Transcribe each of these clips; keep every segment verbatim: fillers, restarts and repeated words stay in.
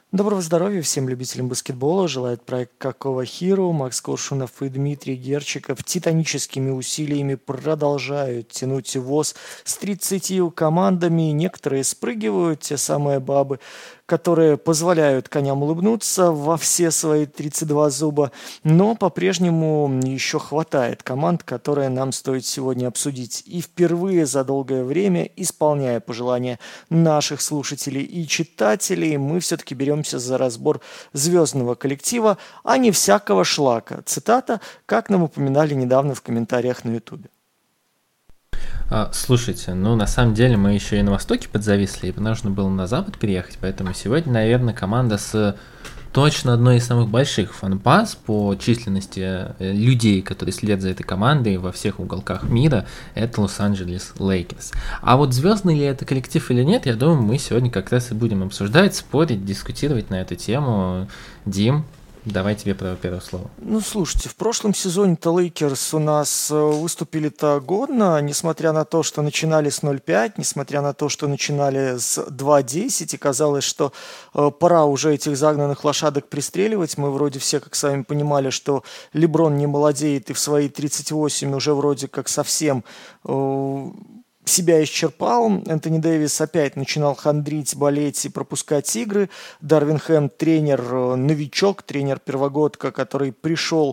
Доброго здоровья всем любителям баскетбола. Желает проект «Какого Хиру». Макс Коршунов и Дмитрий Герчиков титаническими усилиями продолжают тянуть ВОЗ с тридцатью командами. Некоторые спрыгивают, те самые бабы, которые позволяют коням улыбнуться во все свои тридцать два зуба. Но по-прежнему еще хватает команд, которые нам стоит сегодня обсудить. И впервые за долгое время, исполняя пожелания наших слушателей и читателей, мы все-таки беремся за разбор звездного коллектива, а не всякого шлака. Цитата, как нам упоминали недавно в комментариях на Ютубе. А, слушайте, ну на самом деле мы еще и на востоке подзависли, и нужно было на запад переехать, поэтому сегодня, наверное, команда с точно одной из самых больших фан-баз по численности людей, которые следят за этой командой во всех уголках мира, это Лос-Анджелес Лейкерс. А вот звездный ли это коллектив или нет, я думаю, мы сегодня как раз и будем обсуждать, спорить, дискутировать на эту тему. Дим, давай тебе первое слово. Ну, слушайте, в прошлом сезоне-то Лейкерс у нас выступили-то годно, несмотря на то, что начинали с ноль пять, несмотря на то, что начинали с два десять, и казалось, что э, пора уже этих загнанных лошадок пристреливать. Мы вроде все, как с вами понимали, что Леброн не молодеет и в свои тридцать восемь уже вроде как совсем... Э, себя исчерпал. Энтони Дэвис опять начинал хандрить, болеть и пропускать игры. Дарвин Хэм, тренер-новичок, тренер-первогодка, который пришел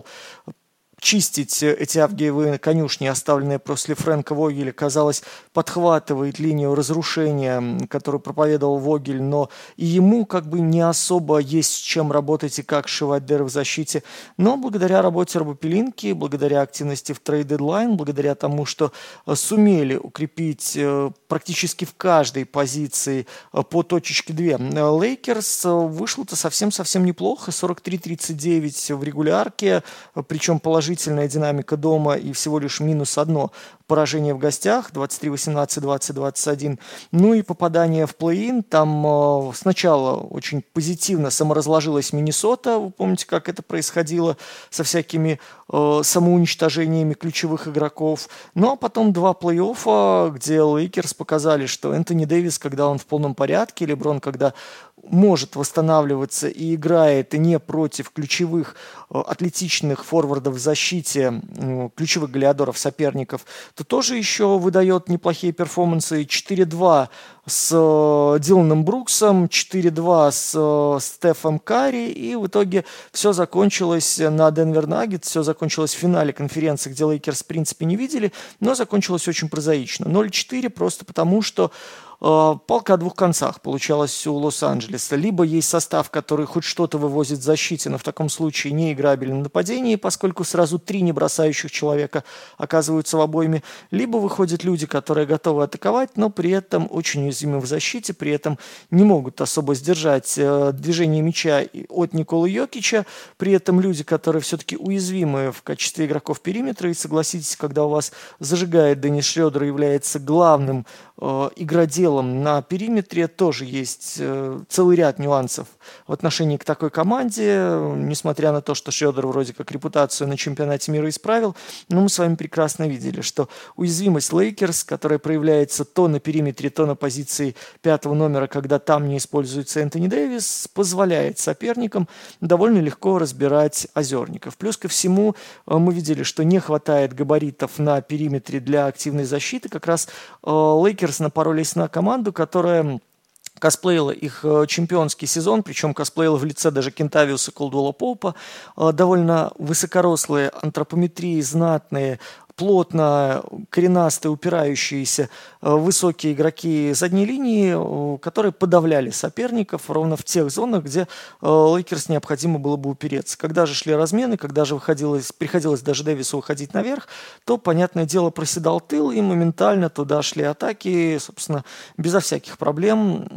чистить эти авгиевые конюшни, оставленные после Фрэнка Вогеля, казалось, подхватывает линию разрушения, которую проповедовал Вогель, но и ему как бы не особо есть с чем работать и как сшивать дыры в защите. Но благодаря работе Роба Пелинки, благодаря активности в трейд-дедлайн, благодаря тому, что сумели укрепить практически в каждой позиции по точечке две, Лейкерс вышло-то совсем-совсем неплохо, сорок три тридцать девять в регулярке, причем положительно положительная динамика дома и всего лишь минус одно поражение в гостях, двадцать три восемнадцать, двадцать двадцать один. Ну и попадание в плей-ин, там э, сначала очень позитивно саморазложилась Миннесота, вы помните, как это происходило со всякими э, самоуничтожениями ключевых игроков. Ну а потом два плей-оффа, где Лейкерс показали, что Энтони Дэвис, когда он в полном порядке, Леброн, когда может восстанавливаться и играет и не против ключевых э, атлетичных форвардов в защите, э, ключевых голеадоров соперников, то тоже еще выдает неплохие перформансы. четыре два с э, Диланом Бруксом, четыре два с э, Стефом Карри, и в итоге все закончилось на Денвер Наггетс, все закончилось в финале конференции, где Лейкерс в принципе не видели, но закончилось очень прозаично. ноль четыре просто потому, что палка о двух концах получалась у Лос-Анджелеса. Либо есть состав, который хоть что-то вывозит в защите, но в таком случае не играбелен в нападении, поскольку сразу три не бросающих человека оказываются в обойме. Либо выходят люди, которые готовы атаковать, но при этом очень уязвимы в защите, при этом не могут особо сдержать э, движение мяча от Николы Йокича. При этом люди, которые все-таки уязвимы в качестве игроков периметра. И согласитесь, когда у вас зажигает Деннис Шрёдер, является главным э, игроделом на периметре, тоже есть э, целый ряд нюансов в отношении к такой команде, несмотря на то, что Шрёдер вроде как репутацию на чемпионате мира исправил, но мы с вами прекрасно видели, что уязвимость Лейкерс, которая проявляется то на периметре, то на позиции пятого номера, когда там не используется Энтони Дэвис, позволяет соперникам довольно легко разбирать озерников. Плюс ко всему э, мы видели, что не хватает габаритов на периметре для активной защиты, как раз э, Лейкерс напоролись на команду, которая косплеила их чемпионский сезон, причем косплеила в лице даже Кентавиуса Колдуэлла Поупа, довольно высокорослые, антропометрии знатные, плотно, коренастые, упирающиеся высокие игроки задней линии, которые подавляли соперников ровно в тех зонах, где Лейкерс необходимо было бы упереться. Когда же шли размены, когда же выходилось, приходилось даже Дэвису выходить наверх, то, понятное дело, проседал тыл, и моментально туда шли атаки, собственно, безо всяких проблем.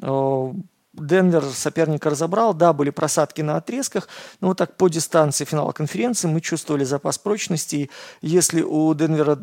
Денвер соперника разобрал, да, были просадки на отрезках, но вот так по дистанции финала конференции мы чувствовали запас прочности, и если у Денвера,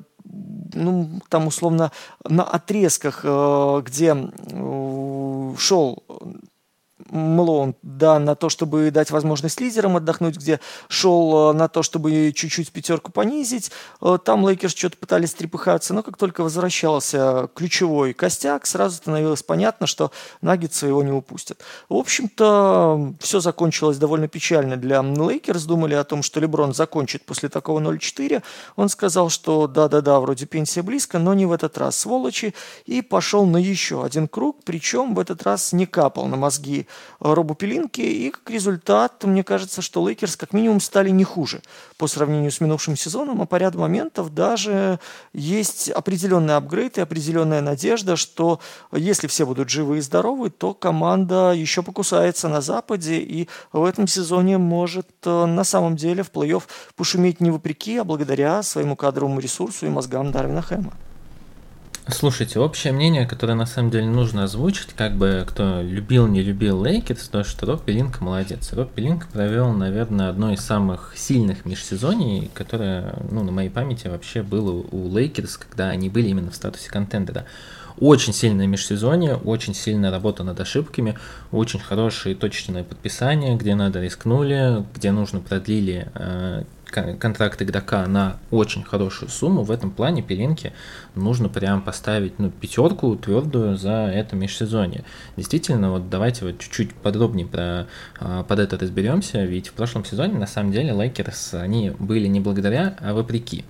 ну, там условно на отрезках, где шел Мэлоун, да, на то, чтобы дать возможность лидерам отдохнуть, где шел на то, чтобы чуть-чуть пятерку понизить. Там Лейкерс что-то пытались трепыхаться, но как только возвращался ключевой костяк, сразу становилось понятно, что Наггетсы его не упустят. В общем-то, все закончилось довольно печально для Лейкерс. Думали о том, что Леброн закончит после такого ноль четыре. Он сказал, что да-да-да, вроде пенсия близко, но не в этот раз, сволочи, и пошел на еще один круг, причем в этот раз не капал на мозги Робу Пелинке, и как результат, мне кажется, что Лейкерс как минимум стали не хуже по сравнению с минувшим сезоном, а по ряду моментов даже есть определенный апгрейд и определенная надежда, что если все будут живы и здоровы, то команда еще покусается на Западе и в этом сезоне может на самом деле в плей-офф пошуметь не вопреки, а благодаря своему кадровому ресурсу и мозгам Дарвина Хэма. Слушайте, общее мнение, которое на самом деле нужно озвучить, как бы кто любил, не любил Лейкерс, то что Роб Пелинка молодец. Роб Пелинка провел, наверное, одно из самых сильных межсезоний, которое, ну, на моей памяти вообще было у Лейкерс, когда они были именно в статусе контендера. Очень сильное межсезонье, очень сильная работа над ошибками, очень хорошие точечные подписания, где надо рискнули, где нужно продлили э, контракт игрока на очень хорошую сумму. В этом плане Пелинке нужно прям поставить, ну, пятерку твердую за это межсезонье. Действительно, вот давайте вот чуть-чуть подробнее про, э, под это разберемся, ведь в прошлом сезоне на самом деле Лейкерс, они были не благодаря, а вопреки.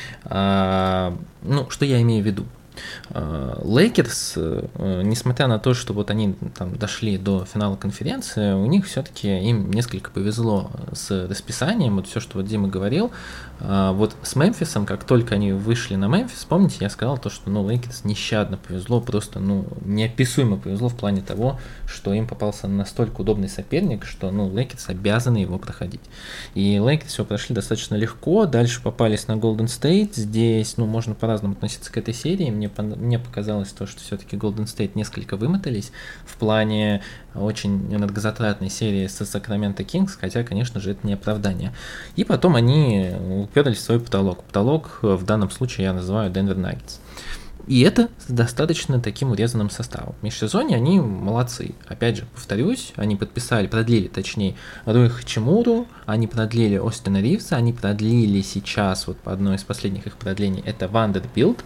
А, ну, что я имею в виду? Лейкерс, несмотря на то, что вот они там дошли до финала конференции, у них все-таки им несколько повезло с расписанием, вот все, что вот Дима говорил. Вот с Мемфисом, как только они вышли на Мемфис, помните, я сказал то, что, ну, Лейкерс нещадно повезло, просто, ну, неописуемо повезло в плане того, что им попался настолько удобный соперник, что, ну, Лейкерс обязаны его проходить. И Лейкерс его прошли достаточно легко, дальше попались на Голден Стейт, здесь, ну, можно по-разному относиться к этой серии, мне, мне показалось то, что все-таки Голден Стейт несколько вымотались в плане очень энергозатратной серии со Сакраменто Кингс, хотя, конечно же, это не оправдание. И потом они уперлись в свой потолок. Потолок в данном случае я называю Денвер Наггетс. И это с достаточно таким урезанным составом. В межсезонье они молодцы. Опять же, повторюсь, они подписали, продлили, точнее, Руи Хачимуру, они продлили Остина Ривза, они продлили сейчас, вот по одной из последних их продлений, это Вандербилт,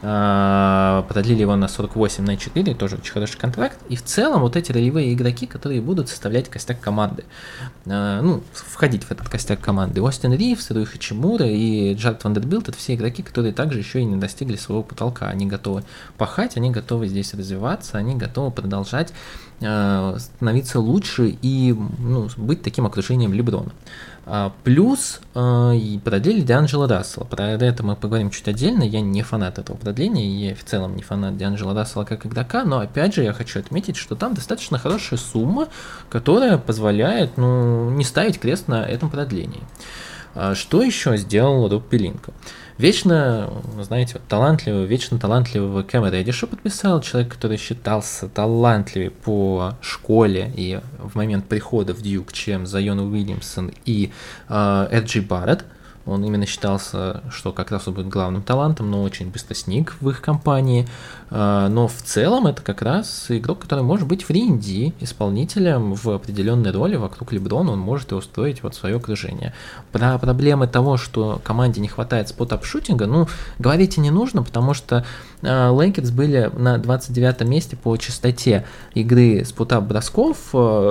продлили его на сорок восемь на четыре, тоже очень хороший контракт. И в целом вот эти ролевые игроки, которые будут составлять костяк команды, ну, входить в этот костяк команды. Остин Ривз, Руи Хачимура и Джаред Вандербилт — это все игроки, которые также еще и не достигли своего потолка. Они готовы пахать, они готовы здесь развиваться, они готовы продолжать э, становиться лучше и, ну, быть таким окружением Леброна. А, плюс э, продлили Дианджело Рассела. Про это мы поговорим чуть отдельно. Я не фанат этого продления, я в целом не фанат Дианджело Рассела как игрока, но опять же я хочу отметить, что там достаточно хорошая сумма, которая позволяет, ну, не ставить крест на этом продлении. А, что еще сделал Роб Пелинка? Вечно, знаете, вот талантливого, вечно талантливого Кэма Реддиша подписал, человек, который считался талантливее по школе и в момент прихода в Дьюк, чем Зайон Уильямсон и э, Эр Джей Барретт. Он именно считался, что как раз он будет главным талантом, но очень быстро сник в их компании. Но в целом это как раз игрок, который может быть фри энд ди исполнителем в определенной роли вокруг Леброна, он может и устроить вот свое окружение. Про проблемы того, что команде не хватает спот-ап-шутинга, ну, говорить и не нужно, потому что Лейкерс были на двадцать девятом месте по частоте игры спот-ап-бросков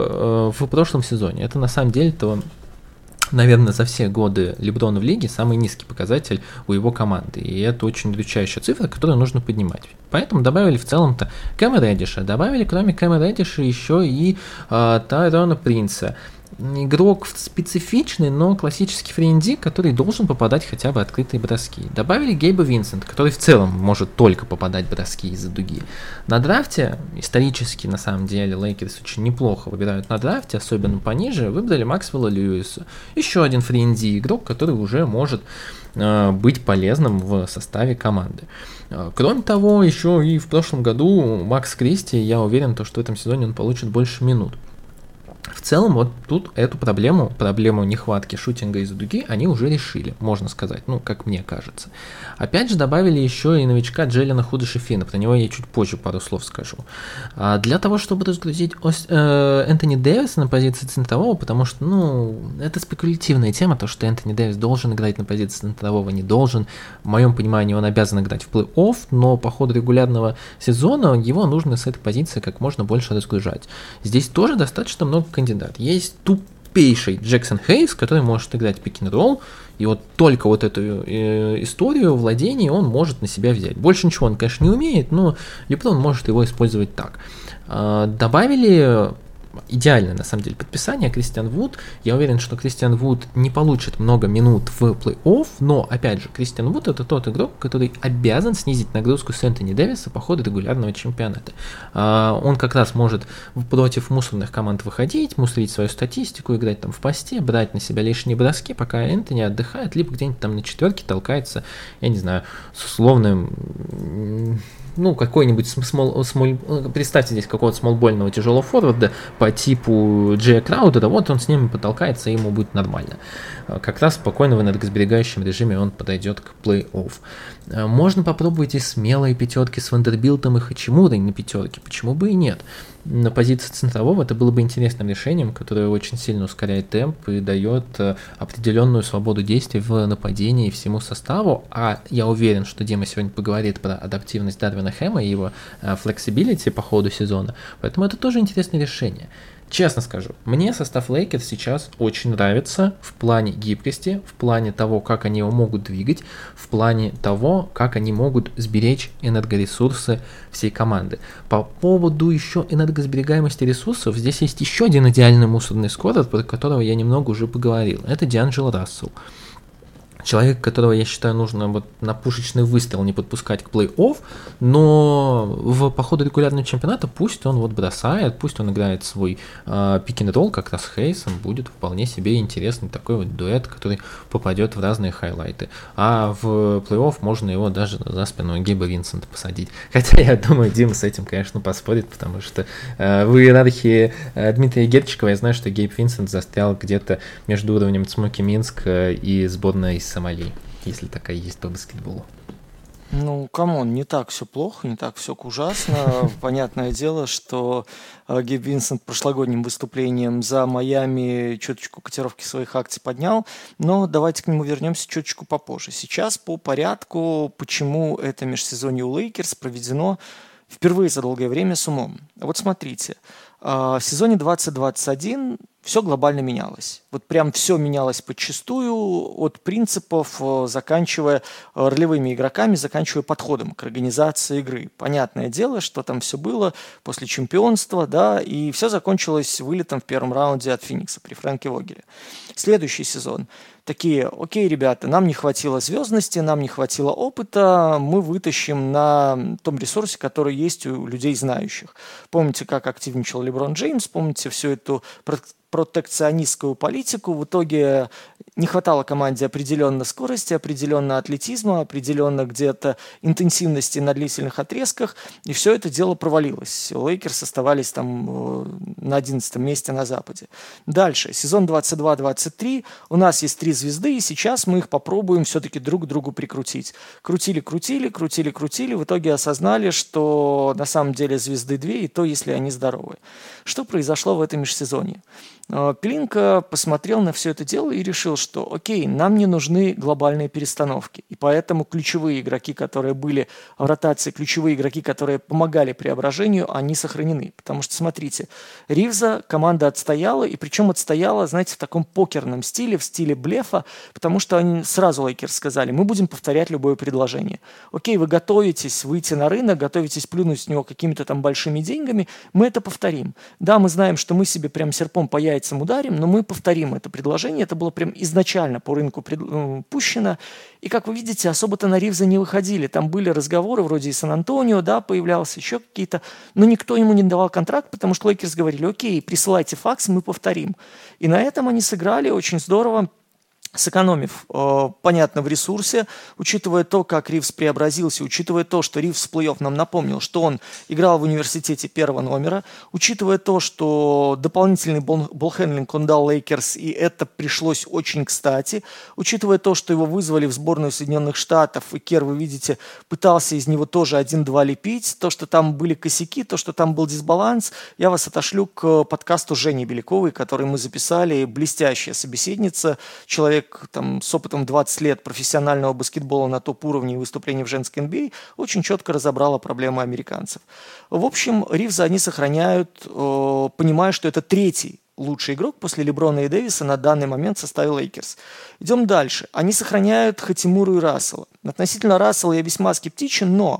в прошлом сезоне. Это на самом деле-то, наверное, за все годы Леброна в лиге самый низкий показатель у его команды. И это очень удручающая цифра, которую нужно поднимать. Поэтому добавили в целом-то Кэма Реддиша. Добавили, кроме Кэма Реддиша, еще и э, Тайрона Принца. Игрок специфичный, но классический фри энд ди, который должен попадать хотя бы открытые броски. Добавили Гейба Винсента, который в целом может только попадать броски из-за дуги. На драфте, исторически на самом деле, Лейкерс очень неплохо выбирают на драфте, особенно пониже, выбрали Максвелла Льюиса. Еще один фри энд ди игрок, который уже может э, быть полезным в составе команды. Кроме того, еще и в прошлом году Макс Кристи, я уверен, что в этом сезоне он получит больше минут. В целом, вот тут эту проблему, проблему нехватки шутинга из-за дуги, они уже решили, можно сказать, ну, как мне кажется. Опять же, добавили еще и новичка Джеллена Худо-Шефина, про него я чуть позже пару слов скажу. А для того, чтобы разгрузить Ос, э, Энтони Дэвиса на позиции центрового, потому что, ну, это спекулятивная тема, то, что Энтони Дэвис должен играть на позиции центрового, не должен. В моем понимании, он обязан играть в плей-офф, но по ходу регулярного сезона его нужно с этой позиции как можно больше разгружать. Здесь тоже достаточно много кандидат. Есть тупейший Джексон Хейс, который может играть пик-н-ролл, и вот только вот эту э, историю владения он может на себя взять. Больше ничего он, конечно, не умеет, но Леброн может его использовать так. Э, добавили идеальное, на самом деле, подписание Кристиан Вуд. Я уверен, что Кристиан Вуд не получит много минут в плей-офф, но, опять же, Кристиан Вуд — это тот игрок, который обязан снизить нагрузку с Энтони Дэвиса по ходу регулярного чемпионата. Он как раз может против мусорных команд выходить, мусорить свою статистику, играть там в посте, брать на себя лишние броски, пока Энтони отдыхает, либо где-нибудь там на четверке толкается, я не знаю, с условным... ну, какой-нибудь смол, смол, представьте здесь какого-то смолбольного тяжелого форварда по типу Джея Краудера, вот он с ними потолкается, и ему будет нормально. Как раз спокойно в энергосберегающем режиме он подойдет к плей-офф. Можно попробовать и смелые пятерки с Вандербилтом и Хачимурой на пятерке, почему бы и нет. На позиции центрового это было бы интересным решением, которое очень сильно ускоряет темп и дает определенную свободу действий в нападении всему составу. А я уверен, что Дима сегодня поговорит про адаптивность Дарвина Хэма и его флексибилити по ходу сезона. Поэтому это тоже интересное решение. Честно скажу, мне состав Лейкерс сейчас очень нравится в плане гибкости, в плане того, как они его могут двигать, в плане того, как они могут сберечь энергоресурсы всей команды. По поводу еще энергосберегаемости ресурсов, здесь есть еще один идеальный мусорный скорер, про которого я немного уже поговорил. Это Дианджело Рассел. Человек, которого, я считаю, нужно вот на пушечный выстрел не подпускать к плей-офф, но в, по ходу регулярного чемпионата пусть он вот бросает, пусть он играет свой э, пик-н-ролл как раз с Хейсом, будет вполне себе интересный такой вот дуэт, который попадет в разные хайлайты. А в плей-офф можно его даже за спину Гейба Винсента посадить. Хотя я думаю, Дима с этим, конечно, поспорит, потому что э, в иерархии э, Дмитрия Герчикова я знаю, что Гейб Винсент застрял где-то между уровнем Цмоки Минск и сборной из Сомали, если такая есть по баскетболу. Ну, камон, не так все плохо, не так все ужасно. Понятное дело, что Гейб Винсент прошлогодним выступлением за Майами чуточку котировки своих акций поднял, но давайте к нему вернемся чуточку попозже. Сейчас по порядку, почему это межсезонье у Лейкерс проведено впервые за долгое время с умом. Вот смотрите, в сезоне двадцать двадцать один все глобально менялось. Вот прям все менялось подчистую, от принципов, заканчивая ролевыми игроками, заканчивая подходом к организации игры. Понятное дело, что там все было после чемпионства, да, и все закончилось вылетом в первом раунде от Феникса при Фрэнке Вогеле. Следующий сезон. Такие, окей, ребята, нам не хватило звездности, нам не хватило опыта, мы вытащим на том ресурсе, который есть у людей знающих. Помните, как активничал Леброн Джеймс, помните всю эту протекционистскую политику. В итоге не хватало команде определенно скорости, определенно атлетизма, определенно где-то интенсивности на длительных отрезках, и все это дело провалилось. Лейкерс оставались там на одиннадцатом месте на Западе. Дальше, сезон двадцать два двадцать три, у нас есть три звезды, и сейчас мы их попробуем все-таки друг к другу прикрутить. Крутили, крутили, крутили, крутили, в итоге осознали, что на самом деле звезды две, и то, если они здоровы. Что произошло в этом межсезонье? Пелинка посмотрел на все это дело и решил, что окей, нам не нужны глобальные перестановки. И поэтому ключевые игроки, которые были в ротации, ключевые игроки, которые помогали преображению, они сохранены. Потому что, смотрите, Ривза команда отстояла, и причем отстояла, знаете, в таком покерном стиле, в стиле блефа, потому что они сразу Лейкерс сказали, мы будем повторять любое предложение. Окей, вы готовитесь выйти на рынок, готовитесь плюнуть с него какими-то там большими деньгами, мы это повторим. Да, мы знаем, что мы себе прям серпом по яйцам ударим, но мы повторим это предложение. Это было прям изначально по рынку пред... пущено. И, как вы видите, особо-то на Ривза не выходили. Там были разговоры, вроде и Сан-Антонио, да, появлялся еще какие-то. Но никто ему не давал контракт, потому что Лейкерс говорили, окей, присылайте факс, мы повторим. И на этом они сыграли очень здорово. сэкономив, э, понятно, в ресурсе, учитывая то, как Ривз преобразился, учитывая то, что Ривз в плей-офф нам напомнил, что он играл в университете первого номера, учитывая то, что дополнительный бол- болхендлинг он дал Лейкерс, и это пришлось очень кстати, учитывая то, что его вызвали в сборную Соединенных Штатов, и Кер, вы видите, пытался из него тоже один-два лепить, то, что там были косяки, то, что там был дисбаланс, я вас отошлю к подкасту Жени Беляковой, который мы записали, блестящая собеседница, человек там, с опытом двадцать лет профессионального баскетбола на топ-уровне и выступлений в женской эн би эй, очень четко разобрала проблемы американцев. В общем, Ривза они сохраняют, э, понимая, что это третий лучший игрок после Леброна и Дэвиса на данный момент в составе Лейкерс. Идем дальше. Они сохраняют Хатимуру и Рассела. Относительно Рассела я весьма скептичен, но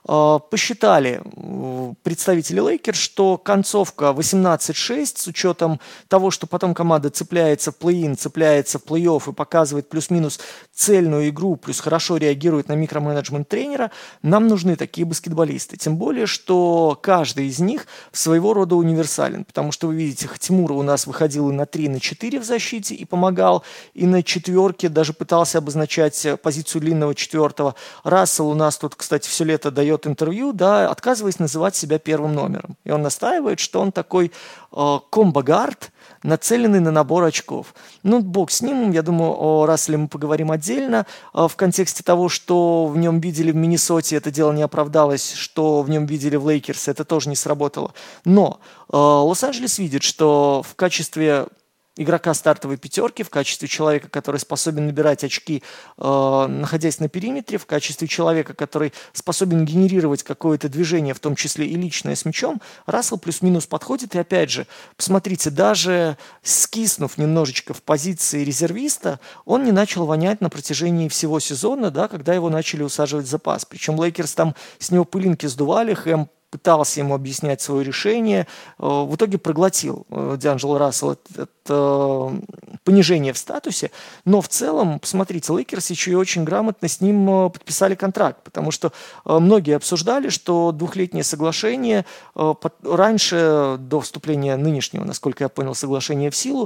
посчитали представители Лейкерс, что концовка восемнадцать шесть с учетом того, что потом команда цепляется в плей-ин, цепляется в плей-офф и показывает плюс-минус цельную игру, плюс хорошо реагирует на микроменеджмент тренера, нам нужны такие баскетболисты. Тем более, что каждый из них своего рода универсален, потому что вы видите, Хатимура у нас выходил и на три, и на четыре в защите и помогал, и на четверке даже пытался обозначать позицию длинного четвертого. Рассел у нас тут, кстати, все лето дает интервью, да, отказываясь называть себя первым номером. И он настаивает, что он такой э, комбо-гард, нацеленный на набор очков. Ну, бог с ним, я думаю, о Расселе мы поговорим отдельно. Э, в контексте того, что в нем видели в Миннесоте, это дело не оправдалось, что в нем видели в Лейкерсе, это тоже не сработало. Но э, Лос-Анджелес видит, что в качестве игрока стартовой пятерки, в качестве человека, который способен набирать очки, э, находясь на периметре, в качестве человека, который способен генерировать какое-то движение, в том числе и личное с мячом, Рассел плюс-минус подходит. И опять же, посмотрите, даже скиснув немножечко в позиции резервиста, он не начал вонять на протяжении всего сезона, да, когда его начали усаживать в запас. Причем Лейкерс там с него пылинки сдували, Хэм пытался ему объяснять свое решение, в итоге проглотил Д'Анджело Рассел это, это понижение в статусе, но в целом, посмотрите, Лейкерс еще и очень грамотно с ним подписали контракт, потому что многие обсуждали, что двухлетнее соглашение раньше, до вступления нынешнего, насколько я понял, соглашения в силу,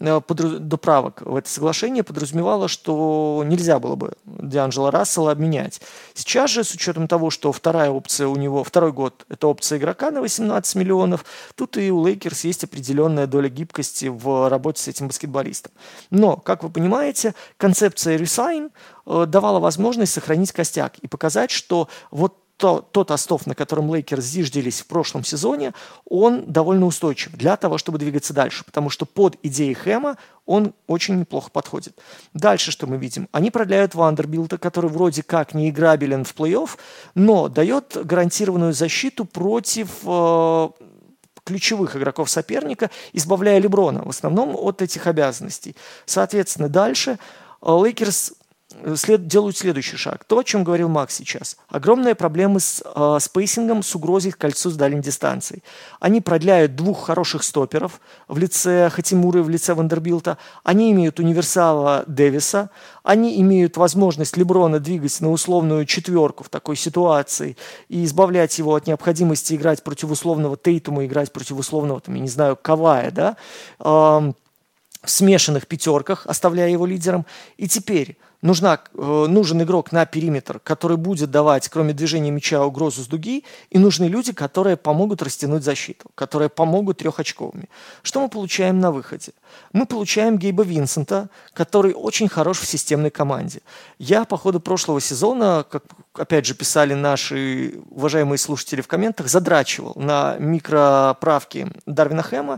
доправок в это соглашение подразумевало, что нельзя было бы Д'Анджело Рассела обменять. Сейчас же, с учетом того, что вторая опция у него, второй год, это опция игрока на восемнадцать миллионов. Тут и у Лейкерс есть определенная доля гибкости в работе с этим баскетболистом. Но, как вы понимаете, концепция resign э, давала возможность сохранить костяк и показать, что вот то, тот остов, на котором Лейкерс зиждились в прошлом сезоне, он довольно устойчив для того, чтобы двигаться дальше, потому что под идеей Хэма он очень неплохо подходит. Дальше что мы видим? Они продляют Вандербилта, который вроде как не играбелен в плей-офф, но дает гарантированную защиту против э, ключевых игроков соперника, избавляя Леброна в основном от этих обязанностей. Соответственно, дальше Лейкерс След, делают следующий шаг. То, о чем говорил Макс сейчас. Огромные проблемы с э, спейсингом, с угрозой к кольцу с дальней дистанции. Они продляют двух хороших стоперов в лице Хатимуры, в лице Вандербилта. Они имеют универсала Дэвиса. Они имеют возможность Леброна двигать на условную четверку в такой ситуации и избавлять его от необходимости играть против условного Тейтума, играть против условного, там, я не знаю, Кавая, да, э, в смешанных пятерках, оставляя его лидером. И теперь Нужна, э, нужен игрок на периметр, который будет давать, кроме движения мяча, угрозу с дуги, и нужны люди, которые помогут растянуть защиту, которые помогут трехочковыми. Что мы получаем на выходе? Мы получаем Гейба Винсента, который очень хорош в системной команде. Я по ходу прошлого сезона, как опять же писали наши уважаемые слушатели в комментах, задрачивал на микроправки Дарвина Хэма.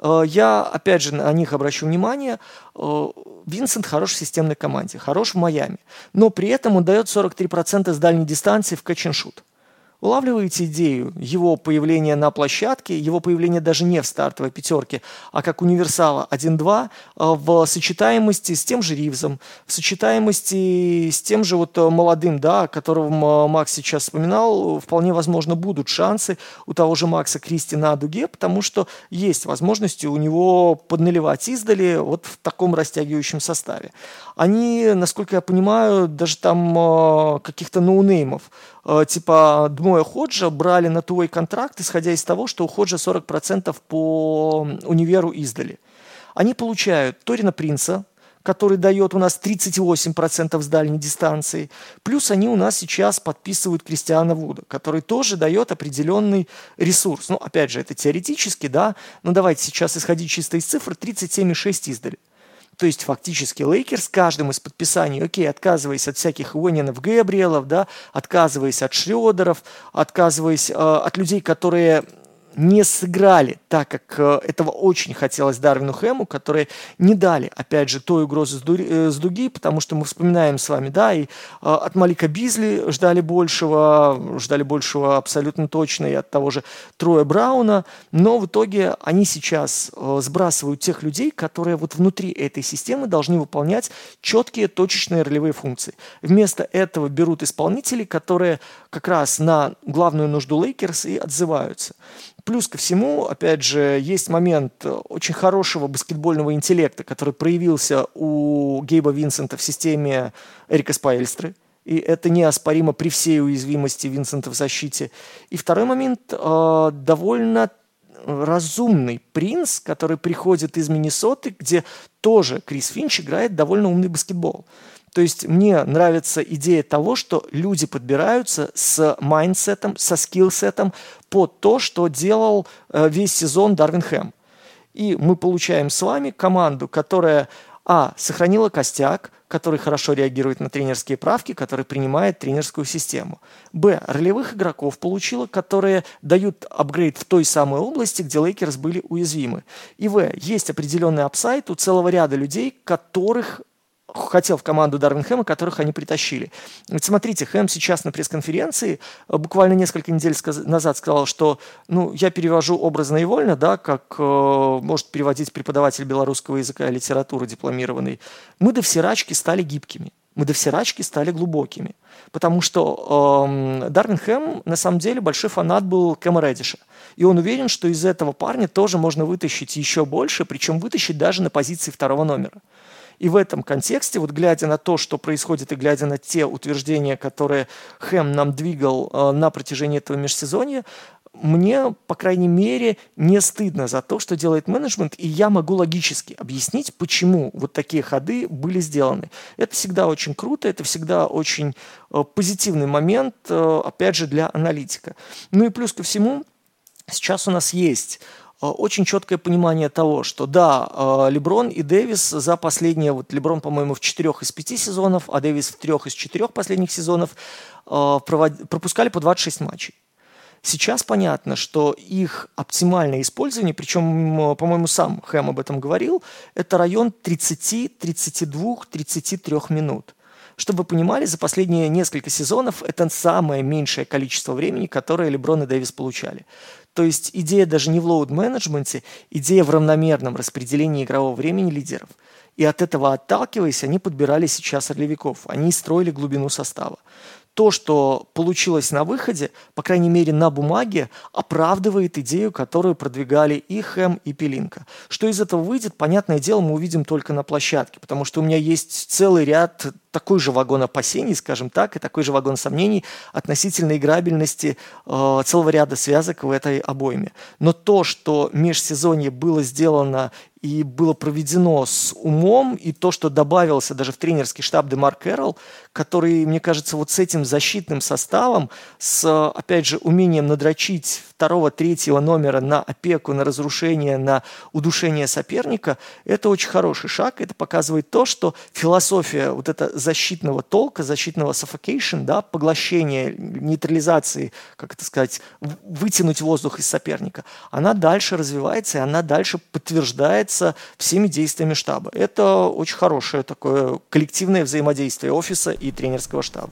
Я, опять же, на них обращу внимание. Винсент хорош в системной команде, хорош в Майами, но при этом он дает сорок три процента с дальней дистанции в catch-and-shoot. Улавливаете идею его появления на площадке, его появления даже не в стартовой пятерке, а как универсала один-два в сочетаемости с тем же Ривзом, в сочетаемости с тем же вот молодым, да, которого Макс сейчас вспоминал, вполне возможно будут шансы у того же Макса Кристи на дуге, потому что есть возможности у него подналивать издали вот в таком растягивающем составе. Они, насколько я понимаю, даже там каких-то ноунеймов, типа Дмоя Ходжа брали на твой контракт, исходя из того, что у Ходжа сорок процентов по универу издали. Они получают Торина Принца, который дает у нас тридцать восемь процентов с дальней дистанции. Плюс они у нас сейчас подписывают Кристиана Вуда, который тоже дает определенный ресурс. Ну, опять же, это теоретически, да, но давайте сейчас исходить чисто из цифр, тридцать семь и шесть издали. То есть фактически Лейкерс каждым из подписаний, окей, отказываясь от всяких Уэннинов, Гэбриэлов, да, отказываясь от Шрёдеров, отказываясь э, от людей, которые не сыграли так, как э, этого очень хотелось Дарвину Хэму, которые не дали, опять же, той угрозы с, ду- э, с дуги, потому что мы вспоминаем с вами, да, и э, от Малика Бизли ждали большего, ждали большего абсолютно точно, и от того же Троя Брауна, но в итоге они сейчас э, сбрасывают тех людей, которые вот внутри этой системы должны выполнять четкие точечные ролевые функции. Вместо этого берут исполнителей, которые как раз на главную нужду Лейкерс и отзываются. Плюс ко всему, опять же, есть момент очень хорошего баскетбольного интеллекта, который проявился у Гейба Винсента в системе Эрика Споэльстры. И это неоспоримо при всей уязвимости Винсента в защите. И второй момент, э, довольно разумный принц, который приходит из Миннесоты, где тоже Крис Финч играет довольно умный баскетбол. То есть мне нравится идея того, что люди подбираются с майндсетом, со скиллсетом под то, что делал э, весь сезон Дарвин Хэм. И мы получаем с вами команду, которая, а, сохранила костяк, который хорошо реагирует на тренерские правки, который принимает тренерскую систему. Б, ролевых игроков получила, которые дают апгрейд в той самой области, где Лейкерс были уязвимы. И В, есть определенный апсайд у целого ряда людей, которых хотел в команду Дарвин Хэма, которых они притащили. Вот смотрите, Хэм сейчас на пресс-конференции буквально несколько недель сказ- назад сказал, что ну, я перевожу образно и вольно, да, как э, может переводить преподаватель белорусского языка и литературы дипломированный. Мы до всерачки стали гибкими. Мы до всерачки стали глубокими. Потому что э, Дарвин Хэм на самом деле большой фанат был Кэма Реддиша. И он уверен, что из этого парня тоже можно вытащить еще больше, причем вытащить даже на позиции второго номера. И в этом контексте, вот глядя на то, что происходит, и глядя на те утверждения, которые Хэм нам двигал э, на протяжении этого межсезонья, мне, по крайней мере, не стыдно за то, что делает менеджмент, и я могу логически объяснить, почему вот такие ходы были сделаны. Это всегда очень круто, это всегда очень э, позитивный момент, э, опять же, для аналитика. Ну и плюс ко всему, сейчас у нас есть очень четкое понимание того, что да, Леброн и Дэвис за последние, вот Леброн, по-моему, в четырех из пяти сезонов, а Дэвис в трех из четырех последних сезонов пропускали по двадцать шесть матчей. Сейчас понятно, что их оптимальное использование, причем, по-моему, сам Хэм об этом говорил, это район тридцать, тридцать два, тридцать три минут. Чтобы вы понимали, за последние несколько сезонов это самое меньшее количество времени, которое Леброн и Дэвис получали. То есть идея даже не в лоуд-менеджменте, идея в равномерном распределении игрового времени лидеров. И от этого отталкиваясь, они подбирали сейчас ролевиков, они строили глубину состава. То, что получилось на выходе, по крайней мере на бумаге, оправдывает идею, которую продвигали и Хэм, и Пелинка. Что из этого выйдет, понятное дело, мы увидим только на площадке, потому что у меня есть целый ряд такой же вагон опасений, скажем так, и такой же вагон сомнений относительно играбельности э, целого ряда связок в этой обойме. Но то, что межсезонье было сделано и было проведено с умом, и то, что добавился даже в тренерский штаб Демар Кэрролл, который, мне кажется, вот с этим защитным составом, с, опять же, умением надрочить второго, третьего номера на опеку, на разрушение, на удушение соперника, это очень хороший шаг. Это показывает то, что философия вот эта защитного толка, защитного suffocation, да, поглощения, нейтрализации, как это сказать, вытянуть воздух из соперника, она дальше развивается, и она дальше подтверждается всеми действиями штаба. Это очень хорошее такое коллективное взаимодействие офиса и тренерского штаба.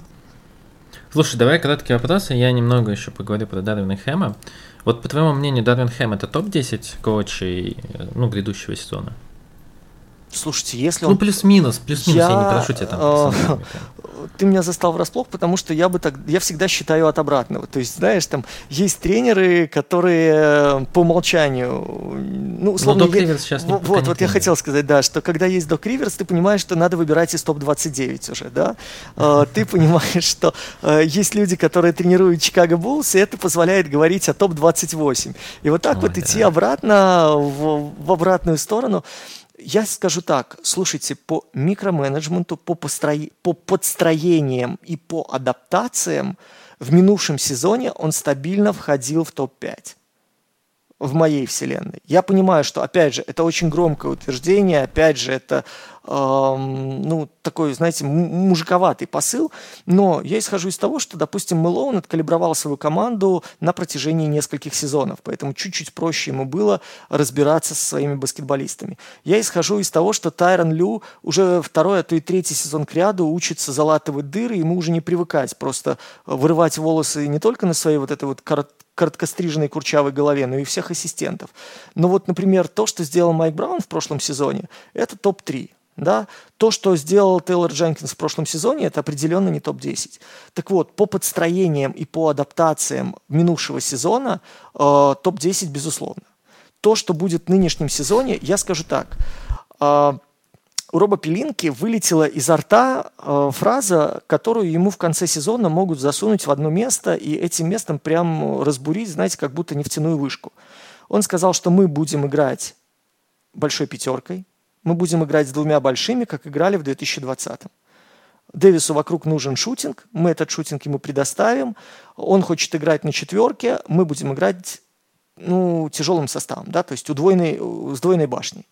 Слушай, давай короткий вопрос, я немного еще поговорю про Дарвина Хэма. Вот по твоему мнению, Дарвин Хэм это топ десять коучей, ну, грядущего сезона? Слушайте, если он... Ну, плюс-минус, плюс-минус, я, я не прошу тебя там. ты меня застал врасплох, потому что я бы так, я всегда считаю от обратного. То есть, знаешь, там есть тренеры, которые по умолчанию, ну, условно... Но Док Риверс сейчас не, вот, вот, вот я хотел сказать, да, что когда есть Док Риверс, ты понимаешь, что надо выбирать из топ двадцать девять уже, да. Ты понимаешь, что есть люди, которые тренируют Чикаго Буллс, и это позволяет говорить о топ двадцать восемь. И вот так Ой, вот да. идти обратно, в, в обратную сторону. Я скажу так, слушайте, по микроменеджменту, по, постро... по подстроениям и по адаптациям в минувшем сезоне он стабильно входил в топ пять. В моей вселенной. Я понимаю, что, опять же, это очень громкое утверждение, опять же, это, эм, ну, такой, знаете, мужиковатый посыл, но я исхожу из того, что, допустим, Мэлоун откалибровал свою команду на протяжении нескольких сезонов, поэтому чуть-чуть проще ему было разбираться со своими баскетболистами. Я исхожу из того, что Тайрон Лю уже второй, а то и третий сезон кряду учится залатывать дыры, ему уже не привыкать просто вырывать волосы не только на своей вот этой вот короткой, короткостриженной курчавой голове, но и всех ассистентов. Но вот, например, то, что сделал Майк Браун в прошлом сезоне, это топ три. Да? То, что сделал Тейлор Дженкинс в прошлом сезоне, это определенно не топ десять. Так вот, по подстроениям и по адаптациям минувшего сезона э, топ десять, безусловно. То, что будет в нынешнем сезоне, я скажу так. Э, У Роба Пелинки вылетела изо рта э, фраза, которую ему в конце сезона могут засунуть в одно место и этим местом прям разбурить, знаете, как будто нефтяную вышку. Он сказал, что мы будем играть большой пятеркой, мы будем играть с двумя большими, как играли в две тысячи двадцатом. Дэвису вокруг нужен шутинг, мы этот шутинг ему предоставим, он хочет играть на четверке, мы будем играть ну, тяжелым составом, да, то есть удвоенной, с двойной башней.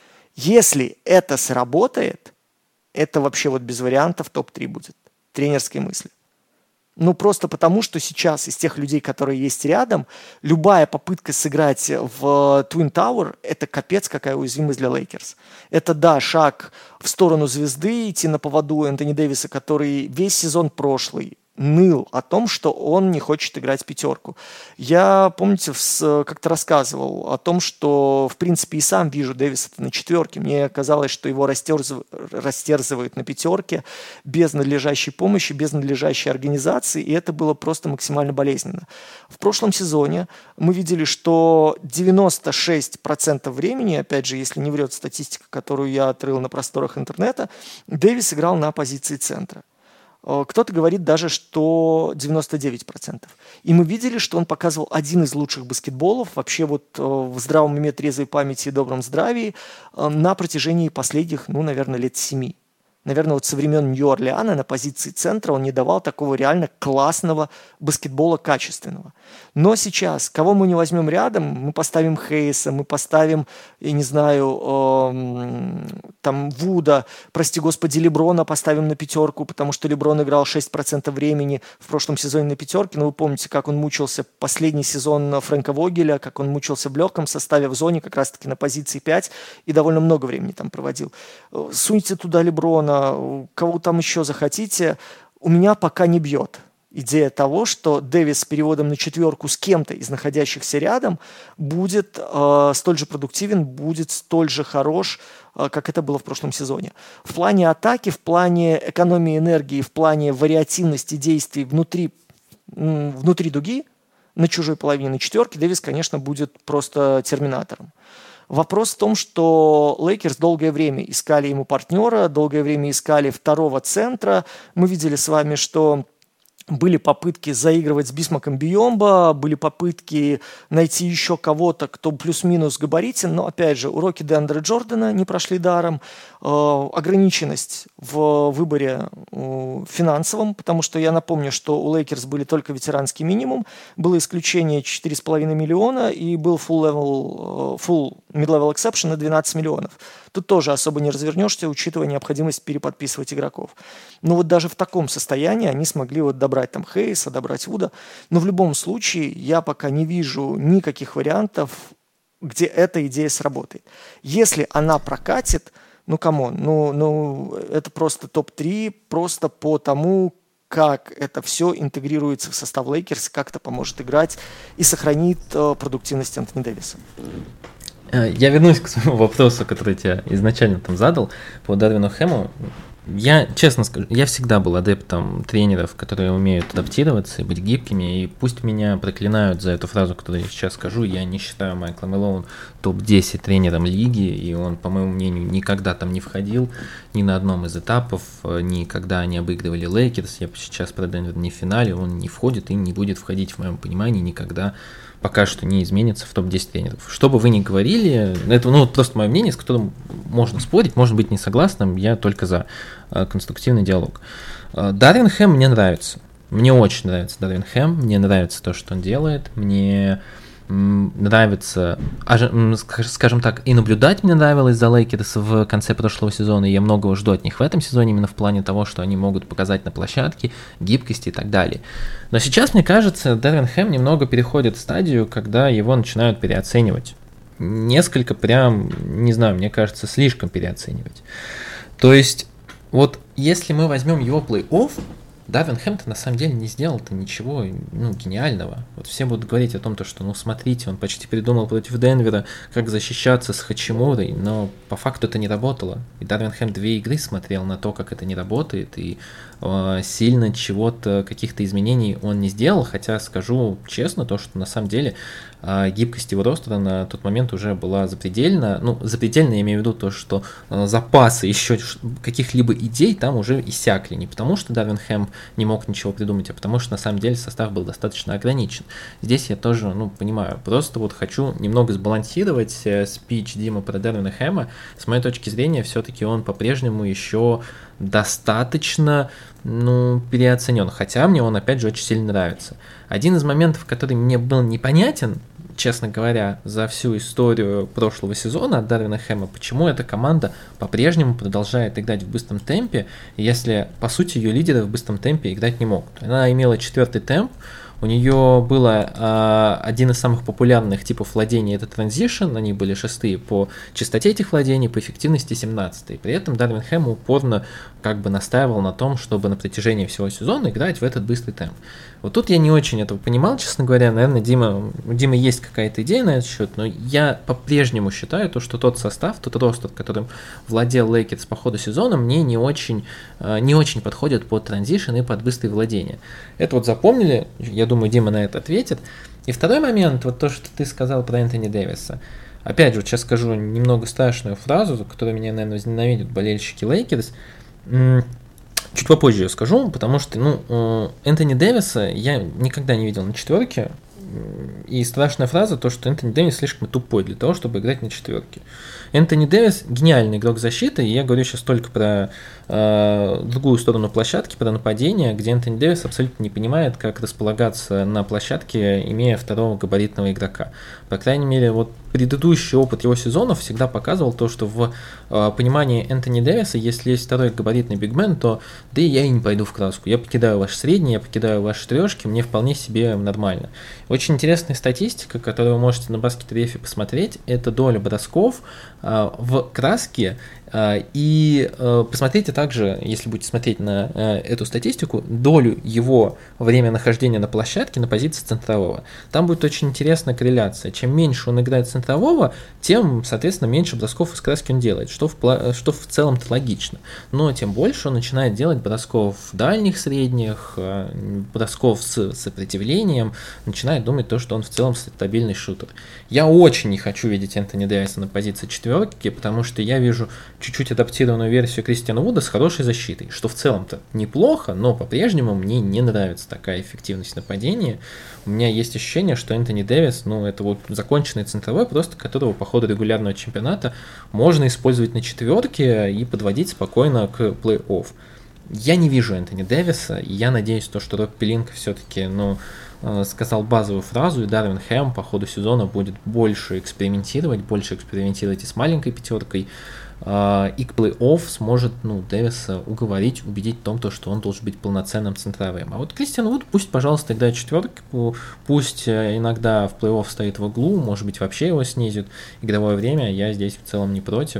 Если это сработает, это вообще вот без вариантов топ три будет. Тренерской мысли. Ну, просто потому, что сейчас из тех людей, которые есть рядом, любая попытка сыграть в Twin Tower – это капец какая уязвимость для Лейкерс. Это, да, шаг в сторону звезды, идти на поводу Энтони Дэвиса, который весь сезон прошлый ныл о том, что он не хочет играть пятерку. Я, помните, как-то рассказывал о том, что, в принципе, и сам вижу Дэвиса на четверке. Мне казалось, что его растерзывают, растерзывают на пятерке без надлежащей помощи, без надлежащей организации, и это было просто максимально болезненно. В прошлом сезоне мы видели, что девяносто шесть процентов времени, опять же, если не врет статистика, которую я отрыл на просторах интернета, Дэвис играл на позиции центра. Кто-то говорит даже, что девяносто девять процентов. И мы видели, что он показывал один из лучших баскетболов вообще вот в здравом уме, трезвой памяти и добром здравии на протяжении последних, ну, наверное, лет семи. Наверное, вот со времен Нью-Орлеана на позиции центра он не давал такого реально классного баскетбола, качественного. Но сейчас, кого мы не возьмем рядом, мы поставим Хейса, мы поставим, я не знаю, э, там Вуда, прости господи, Леброна поставим на пятерку, потому что Леброн играл шесть процентов времени в прошлом сезоне на пятерке. Но вы помните, как он мучился последний сезон Фрэнка Вогеля, как он мучился в легком составе в зоне, как раз-таки на позиции пять, и довольно много времени там проводил. Суньте туда Леброна, кого там еще захотите, у меня пока не бьет идея того, что Дэвис с переводом на четверку с кем-то из находящихся рядом будет э, столь же продуктивен, будет столь же хорош, э, как это было в прошлом сезоне. В плане атаки, в плане экономии энергии, в плане вариативности действий внутри, м, внутри дуги, на чужой половине, на четверке, Дэвис, конечно, будет просто терминатором. Вопрос в том, что Лейкерс долгое время искали ему партнера, долгое время искали второго центра. Мы видели с вами, что были попытки заигрывать с Бисмаком Бийомбо, были попытки найти еще кого-то, кто плюс-минус габаритен, но, опять же, уроки Деандре Джордана не прошли даром, э, ограниченность в выборе э, финансовом, потому что я напомню, что у Лейкерс были только ветеранский минимум, было исключение четыре с половиной миллиона и был full level, full mid-level exception на двенадцать миллионов. Тут тоже особо не развернешься, учитывая необходимость переподписывать игроков. Но вот даже в таком состоянии они смогли вот добрать там Хейса, добрать Вуда. Но в любом случае я пока не вижу никаких вариантов, где эта идея сработает. Если она прокатит, ну камон, ну, ну это просто топ три, просто по тому, как это все интегрируется в состав Лейкерс, как это поможет играть и сохранит э, продуктивность Энтони Дэвиса. Я вернусь к своему вопросу, который я тебе изначально там задал по Дарвину Хэму. Я, честно скажу, я всегда был адептом тренеров, которые умеют адаптироваться и быть гибкими, и пусть меня проклинают за эту фразу, которую я сейчас скажу, я не считаю Майкла Мэлоун топ десять тренером лиги, и он, по моему мнению, никогда там не входил, ни на одном из этапов, никогда не обыгрывали Лейкерс, я сейчас про Денвер не в финале, он не входит и не будет входить, в моем понимании, никогда пока что не изменится в топ десять тренеров. Что бы вы ни говорили, это ну, просто мое мнение, с которым можно спорить, можно быть не согласным, я только за э, конструктивный диалог. Э, Дарвин Хэм мне нравится. Мне очень нравится Дарвин Хэм, мне нравится то, что он делает, мне м, нравится, скажем так, и наблюдать мне нравилось за Лейкерс в конце прошлого сезона, и я многого жду от них в этом сезоне, именно в плане того, что они могут показать на площадке, гибкости и так далее. Но сейчас, мне кажется, Дарвин Хэм немного переходит в стадию, когда его начинают переоценивать. Несколько прям, не знаю, мне кажется, слишком переоценивать. То есть, вот если мы возьмем его плей-офф, Дарвин Хэм-то на самом деле не сделал-то ничего ну, гениального. Вот все будут говорить о том, что, ну, смотрите, он почти придумал против Денвера, как защищаться с Хачимурой, но по факту это не работало. И Дарвин Хэм две игры смотрел на то, как это не работает, и э, сильно чего-то, каких-то изменений он не сделал, хотя скажу честно, то, что на самом деле э, гибкость его ростера на тот момент уже была запредельна. Ну, запредельно я имею в виду то, что э, запасы еще каких-либо идей там уже иссякли. Не потому, что Дарвин Хэм не мог ничего придумать, а потому что на самом деле состав был достаточно ограничен. Здесь я тоже, ну, понимаю, просто вот хочу немного сбалансировать э, спич Димы про Дарвина Хэма. С моей точки зрения, все-таки он по-прежнему еще достаточно, ну, переоценен, хотя мне он, опять же, очень сильно нравится. Один из моментов, который мне был непонятен, честно говоря, за всю историю прошлого сезона от Дарвина Хэма, почему эта команда по-прежнему продолжает играть в быстром темпе, если, по сути, ее лидеры в быстром темпе играть не могут. Она имела четвертый темп, у нее было э, один из самых популярных типов владения — это транзишн, они были шестые по частоте этих владений, по эффективности семнадцатые. При этом Дарвин Хэм упорно как бы настаивал на том, чтобы на протяжении всего сезона играть в этот быстрый темп. Вот тут я не очень этого понимал, честно говоря. Наверное, Дима, у Димы есть какая-то идея на этот счет, но я по-прежнему считаю, то, что тот состав, тот ростер, которым владел Лейкерс по ходу сезона, мне не очень, не очень подходит под транзишн и под быстрые владения. Это вот запомнили, я думаю, Дима на это ответит. И второй момент, вот то, что ты сказал про Энтони Дэвиса. Опять же, вот сейчас скажу немного страшную фразу, которую меня, наверное, возненавидят болельщики Лейкерс. Чуть попозже ее скажу, потому что, ну, Энтони Дэвиса я никогда не видел на четверке, и страшная фраза, то, что Энтони Дэвис слишком тупой для того, чтобы играть на четверке. Энтони Дэвис гениальный игрок защиты, и я говорю сейчас только про э, другую сторону площадки, про нападение, где Энтони Дэвис абсолютно не понимает, как располагаться на площадке, имея второго габаритного игрока. По крайней мере, вот предыдущий опыт его сезонов всегда показывал то, что в э, понимании Энтони Дэвиса, если есть второй габаритный бигмен, то да и я и не пойду в краску. Я покидаю ваши средние, я покидаю ваши трешки, мне вполне себе нормально. Очень интересная статистика, которую вы можете на баскет-рефе посмотреть, это доля бросков э, в краске. И э, посмотрите также, если будете смотреть на э, эту статистику, долю его время нахождения на площадке на позиции центрового. Там будет очень интересная корреляция. Чем меньше он играет центрового, тем, соответственно, меньше бросков из краски он делает, что в, что в целом-то логично. Но тем больше он начинает делать бросков дальних, средних, э, бросков с сопротивлением, начинает думать то, что он в целом стабильный шутер. Я очень не хочу видеть Энтони Дэвиса на позиции четверки, потому что я вижу чуть-чуть адаптированную версию Кристиана Вуда с хорошей защитой, что в целом-то неплохо, но по-прежнему мне не нравится такая эффективность нападения. У меня есть ощущение, что Энтони Дэвис, ну, это вот законченный центровой, просто которого по ходу регулярного чемпионата можно использовать на четверке и подводить спокойно к плей-офф. Я не вижу Энтони Дэвиса, и я надеюсь, то, что Роб Пеленка все-таки, ну, сказал базовую фразу, и Дарвин Хэм по ходу сезона будет больше экспериментировать, больше экспериментировать и с маленькой пятеркой, и к плей-офф сможет, ну, Дэвиса уговорить, убедить в том, что он должен быть полноценным центровым. А вот Кристиан Вуд пусть, пожалуйста, играет четверку, пусть иногда в плей-офф стоит в углу, может быть, вообще его снизит игровое время, я здесь в целом не против.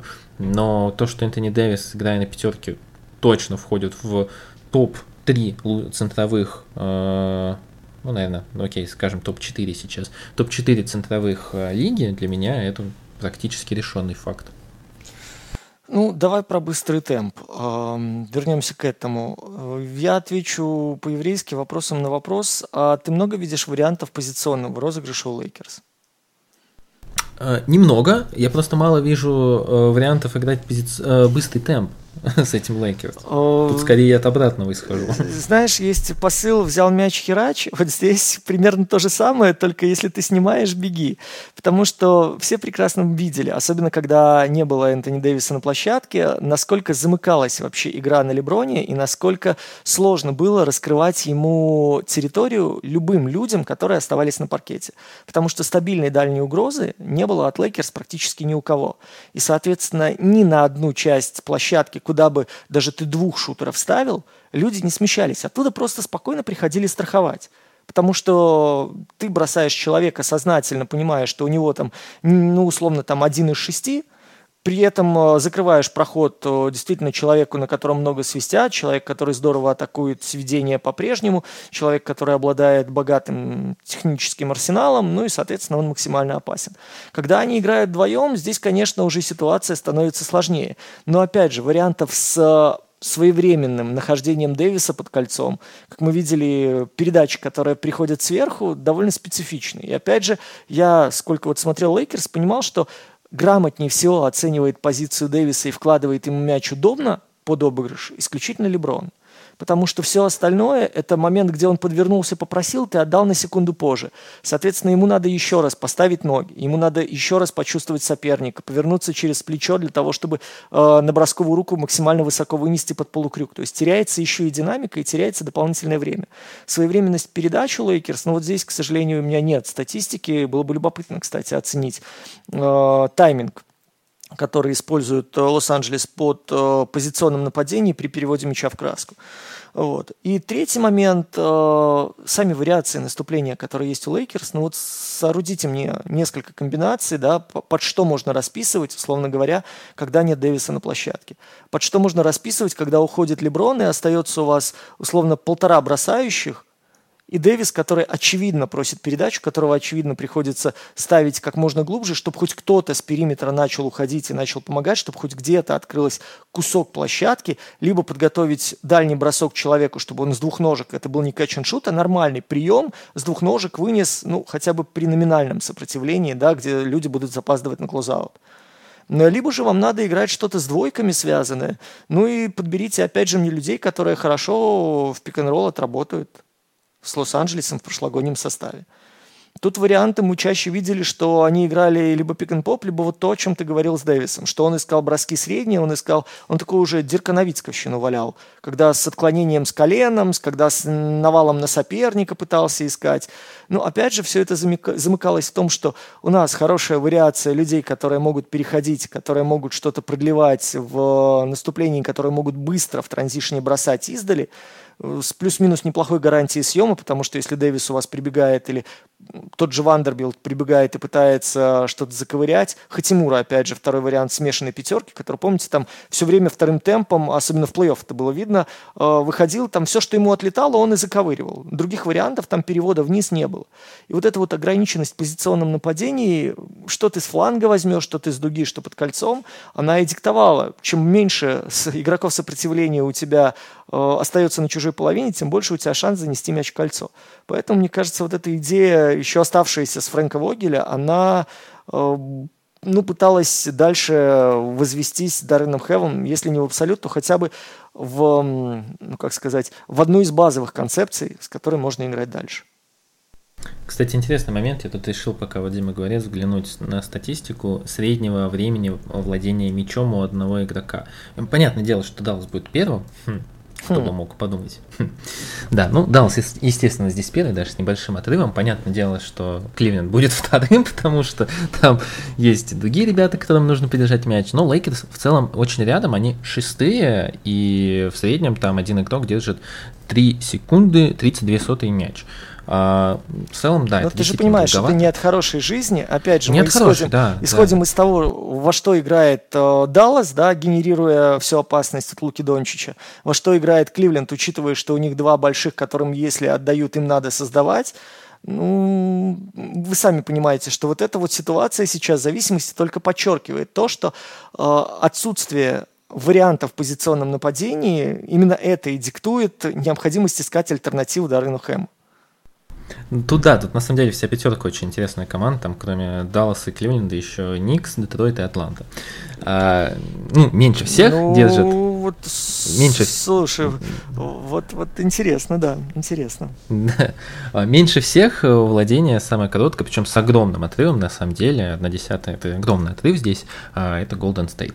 Но то, что Энтони Дэвис, играя на пятерке, точно входит в топ три центровых, ну, наверное, ну, окей, скажем, топ четыре сейчас, топ четыре центровых лиги, для меня это практически решенный факт. Ну, давай про быстрый темп. Ам, Вернемся к этому. Э, Я отвечу по-еврейски вопросом на вопрос. А ты много видишь вариантов позиционного розыгрыша у Лейкерс? Э, Немного, я просто мало вижу э, вариантов играть пози- э, быстрый темп с этим Лейкерс. Тут Э, скорее от обратного исхожу. Знаешь, есть посыл «взял мяч, херач». Вот здесь примерно то же самое, только если ты снимаешь, беги. Потому что все прекрасно видели, особенно когда не было Энтони Дэвиса на площадке, насколько замыкалась вообще игра на Леброне и насколько сложно было раскрывать ему территорию любым людям, которые оставались на паркете. Потому что стабильной дальней угрозы не было от Лейкерс практически ни у кого. И, соответственно, ни на одну часть площадки, куда бы даже ты двух шутеров ставил, люди не смещались. Оттуда просто спокойно приходили страховать. Потому что ты бросаешь человека сознательно, понимая, что у него там, ну, условно, там один из шести, при этом э, закрываешь проход э, действительно человеку, на котором много свистят, человек, который здорово атакует сведение по-прежнему, человек, который обладает богатым техническим арсеналом, ну и, соответственно, он максимально опасен. Когда они играют вдвоем, здесь, конечно, уже ситуация становится сложнее. Но, опять же, вариантов с э, своевременным нахождением Дэвиса под кольцом, как мы видели, передачи, которые приходят сверху, довольно специфичные. И опять же, я, сколько вот смотрел Лейкерс, понимал, что грамотнее всего оценивает позицию Дэвиса и вкладывает ему мяч удобно под обыгрыш исключительно Леброн. Потому что все остальное – это момент, где он подвернулся, попросил, ты отдал на секунду позже. Соответственно, ему надо еще раз поставить ноги, ему надо еще раз почувствовать соперника, повернуться через плечо для того, чтобы э, на бросковую руку максимально высоко вынести под полукрюк. То есть теряется еще и динамика, и теряется дополнительное время. Своевременность передач у Лейкерс, ну вот здесь, к сожалению, у меня нет статистики, было бы любопытно, кстати, оценить э, тайминг, который используют э, Лос-Анджелес под э, позиционным нападением при переводе мяча в краску. Вот. И третий момент, э, сами вариации наступления, которые есть у Лейкерс, ну вот соорудите мне несколько комбинаций, да, под что можно расписывать, условно говоря, когда нет Дэвиса на площадке. Под что можно расписывать, когда уходит Леброн и остается у вас условно полтора бросающих, и Дэвис, который очевидно просит передачу, которого очевидно приходится ставить как можно глубже, чтобы хоть кто-то с периметра начал уходить и начал помогать, чтобы хоть где-то открылся кусок площадки, либо подготовить дальний бросок человеку, чтобы он с двух ножек, это был не catch-and-shoot, а нормальный прием, с двух ножек вынес, ну, хотя бы при номинальном сопротивлении, да, где люди будут запаздывать на клоузаут. Либо же вам надо играть что-то с двойками связанное, ну и подберите, опять же, мне людей, которые хорошо в пик-н-ролл отработают с Лос-Анджелесом в прошлогоднем составе. Тут варианты мы чаще видели, что они играли либо пик-н-поп, либо вот то, о чем ты говорил с Дэвисом, что он искал броски средние, он искал, он такой уже Дирка Новицковщину валял, когда с отклонением с коленом, когда с навалом на соперника пытался искать. Но опять же, все это замыкалось в том, что у нас хорошая вариация людей, которые могут переходить, которые могут что-то продлевать в наступлении, которые могут быстро в транзишне бросать издали, с плюс-минус неплохой гарантией съема, потому что если Дэвис у вас прибегает или тот же Вандербилт прибегает и пытается что-то заковырять, Хатимура, опять же, второй вариант смешанной пятерки, который, помните, там все время вторым темпом, особенно в плей-офф это было видно, выходил, там все, что ему отлетало, он и заковыривал. Других вариантов там перевода вниз не было. И вот эта вот ограниченность в позиционном нападении, что ты с фланга возьмешь, что ты с дуги, что под кольцом, она и диктовала. Чем меньше игроков сопротивления у тебя э, остается на чужой половине, тем больше у тебя шанс занести мяч в кольцо. Поэтому, мне кажется, вот эта идея, еще оставшаяся с Фрэнка Вогеля, она э, ну, пыталась дальше возвестись Дарреном Хэвом, если не в абсолют, то хотя бы в, ну, как сказать, в одну из базовых концепций, с которой можно играть дальше. Кстати, интересный момент. Я тут решил, пока Вадим говорит, взглянуть на статистику среднего времени владения мячом у одного игрока. Понятное дело, что Даллас будет первым. Хм. Кто бы мог подумать. Да, ну, Даллас, естественно, здесь первый, даже с небольшим отрывом. Понятное дело, что Кливленд будет вторым, потому что там есть другие ребята, которым нужно придержать мяч. Но Лейкерс в целом очень рядом, они шестые, и в среднем там один игрок держит три секунды тридцать две сотые мяч. А, в целом, да. Но ты же понимаешь, что это не от хорошей жизни. Опять же, не мы исходим, хорошей, да, исходим да. из того, во что играет э, Даллас, да, генерируя всю опасность от Луки Дончича, во что играет Кливленд, учитывая, что у них два больших, которым, если отдают, им надо создавать. Ну, вы сами понимаете, что вот эта вот ситуация сейчас зависимости только подчеркивает то, что э, отсутствие вариантов в позиционном нападении именно это и диктует необходимость искать альтернативу Дарвину Хэму. Тут да, тут на самом деле вся пятерка очень интересная команда, там кроме Далласа и Кливленда еще Никс, Детройт и Атланта. А, ну, меньше всех ну, держит. Вот, меньше... Слушай, вот, вот интересно, да, интересно. Меньше всех владение самое короткое, причем с огромным отрывом, на самом деле, одна десятая, это огромный отрыв здесь, а это Golden State.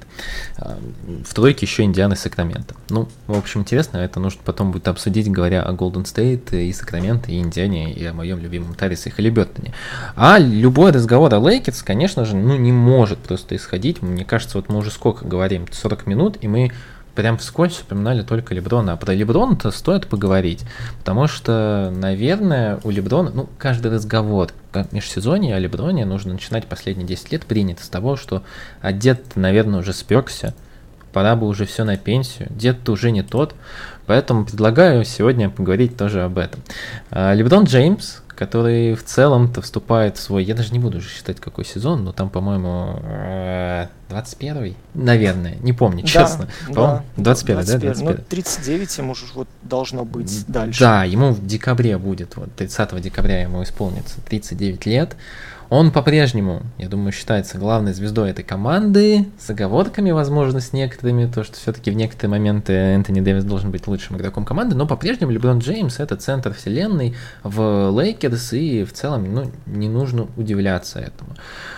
В тройке еще Индиана и Сакраменто. Ну, в общем, интересно, это нужно потом будет обсудить, говоря о Golden State и Сакраменто, и Индиане, и о моем любимом Тарисе Халибертоне. А любой разговор о Лейкерс, конечно же, ну, не может просто исходить. Мне кажется, вот мы уже сколько говорим, сорок минут, и мы прям вскользь вспоминали только Леброна. А про Леброна-то стоит поговорить, потому что, наверное, у Леброна, ну, каждый разговор в межсезонье о Леброне нужно начинать последние десять лет принято с того, что а дед, наверное, уже спекся, пора бы уже все на пенсию, дед-то уже не тот, поэтому предлагаю сегодня поговорить тоже об этом. Леброн Джеймс, который в целом-то вступает в свой, я даже не буду уже считать какой сезон, но там, по-моему, двадцать первый, наверное, не помню, да, честно. Да, двадцать первый, да? двадцать первый. Ну, тридцать девять ему уже вот должно быть дальше. Да, ему в декабре будет, вот тридцатого декабря ему исполнится тридцать девять лет. Он по-прежнему, я думаю, считается главной звездой этой команды, с оговорками, возможно, с некоторыми, то, что все-таки в некоторые моменты Энтони Дэвис должен быть лучшим игроком команды, но по-прежнему Леброн Джеймс — это центр вселенной в Лейкерс, и в целом, ну, не нужно удивляться этому.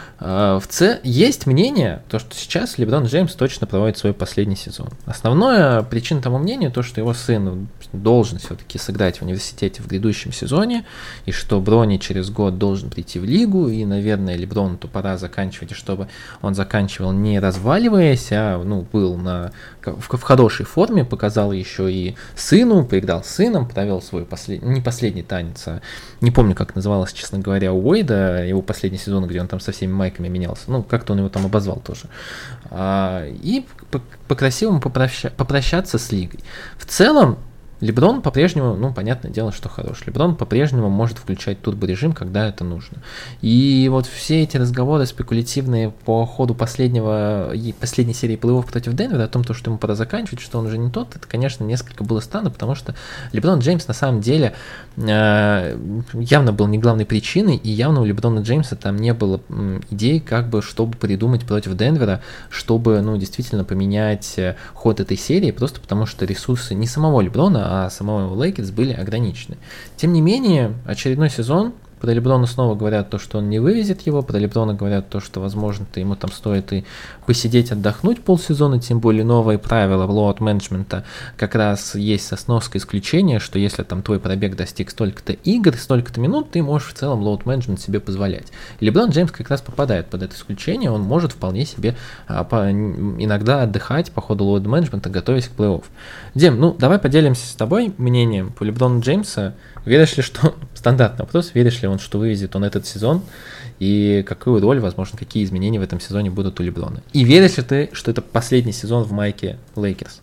В ц... Есть мнение, то, что сейчас Леброн Джеймс точно проводит свой последний сезон. Основная причина тому мнению, то, что его сын должен все-таки сыграть в университете в грядущем сезоне, и что Брони через год должен прийти в лигу, и, наверное, Леброну-то пора заканчивать, и чтобы он заканчивал не разваливаясь, а ну, был на... в, в хорошей форме, показал еще и сыну, поиграл с сыном, провел свой последний, не последний танец, а не помню, как называлось, честно говоря, у Уэйда, его последний сезон, где он там со всеми майками менялся, ну, как-то он его там обозвал тоже, а, и по-красивому попроща- попрощаться с лигой. В целом, Леброн по-прежнему, ну, понятное дело, что хорош. Леброн по-прежнему может включать турборежим, когда это нужно. И вот все эти разговоры спекулятивные по ходу последнего, последней серии плей-офф против Денвера о том, что ему пора заканчивать, что он уже не тот, это, конечно, несколько было странно, потому что Леброн Джеймс на самом деле э, явно был не главной причиной, и явно у Леброна Джеймса там не было м, идей, как бы, чтобы придумать против Денвера, чтобы, ну, действительно поменять ход этой серии, просто потому что ресурсы не самого Леброна, а самого Лейкерс были ограничены. Тем не менее, очередной сезон, про Леброна снова говорят то, что он не вывезет его, про Леброна говорят то, что, возможно-то ему там стоит и посидеть, отдохнуть полсезона, тем более новые правила лоуд-менеджмента как раз есть сосновское исключение, что если там твой пробег достиг столько-то игр, столько-то минут, ты можешь в целом лоуд-менеджмент себе позволять. И Леброн Джеймс как раз попадает под это исключение, он может вполне себе а, по, иногда отдыхать по ходу лоуд-менеджмента, готовясь к плей-офф. Дим, ну давай поделимся с тобой мнением по Леброну Джеймса. Веришь ли, что... Стандартный вопрос. Веришь ли он, что вывезет он этот сезон? И какую роль, возможно, какие изменения в этом сезоне будут у Леброна? И веришь ли ты, что это последний сезон в майке Лейкерс?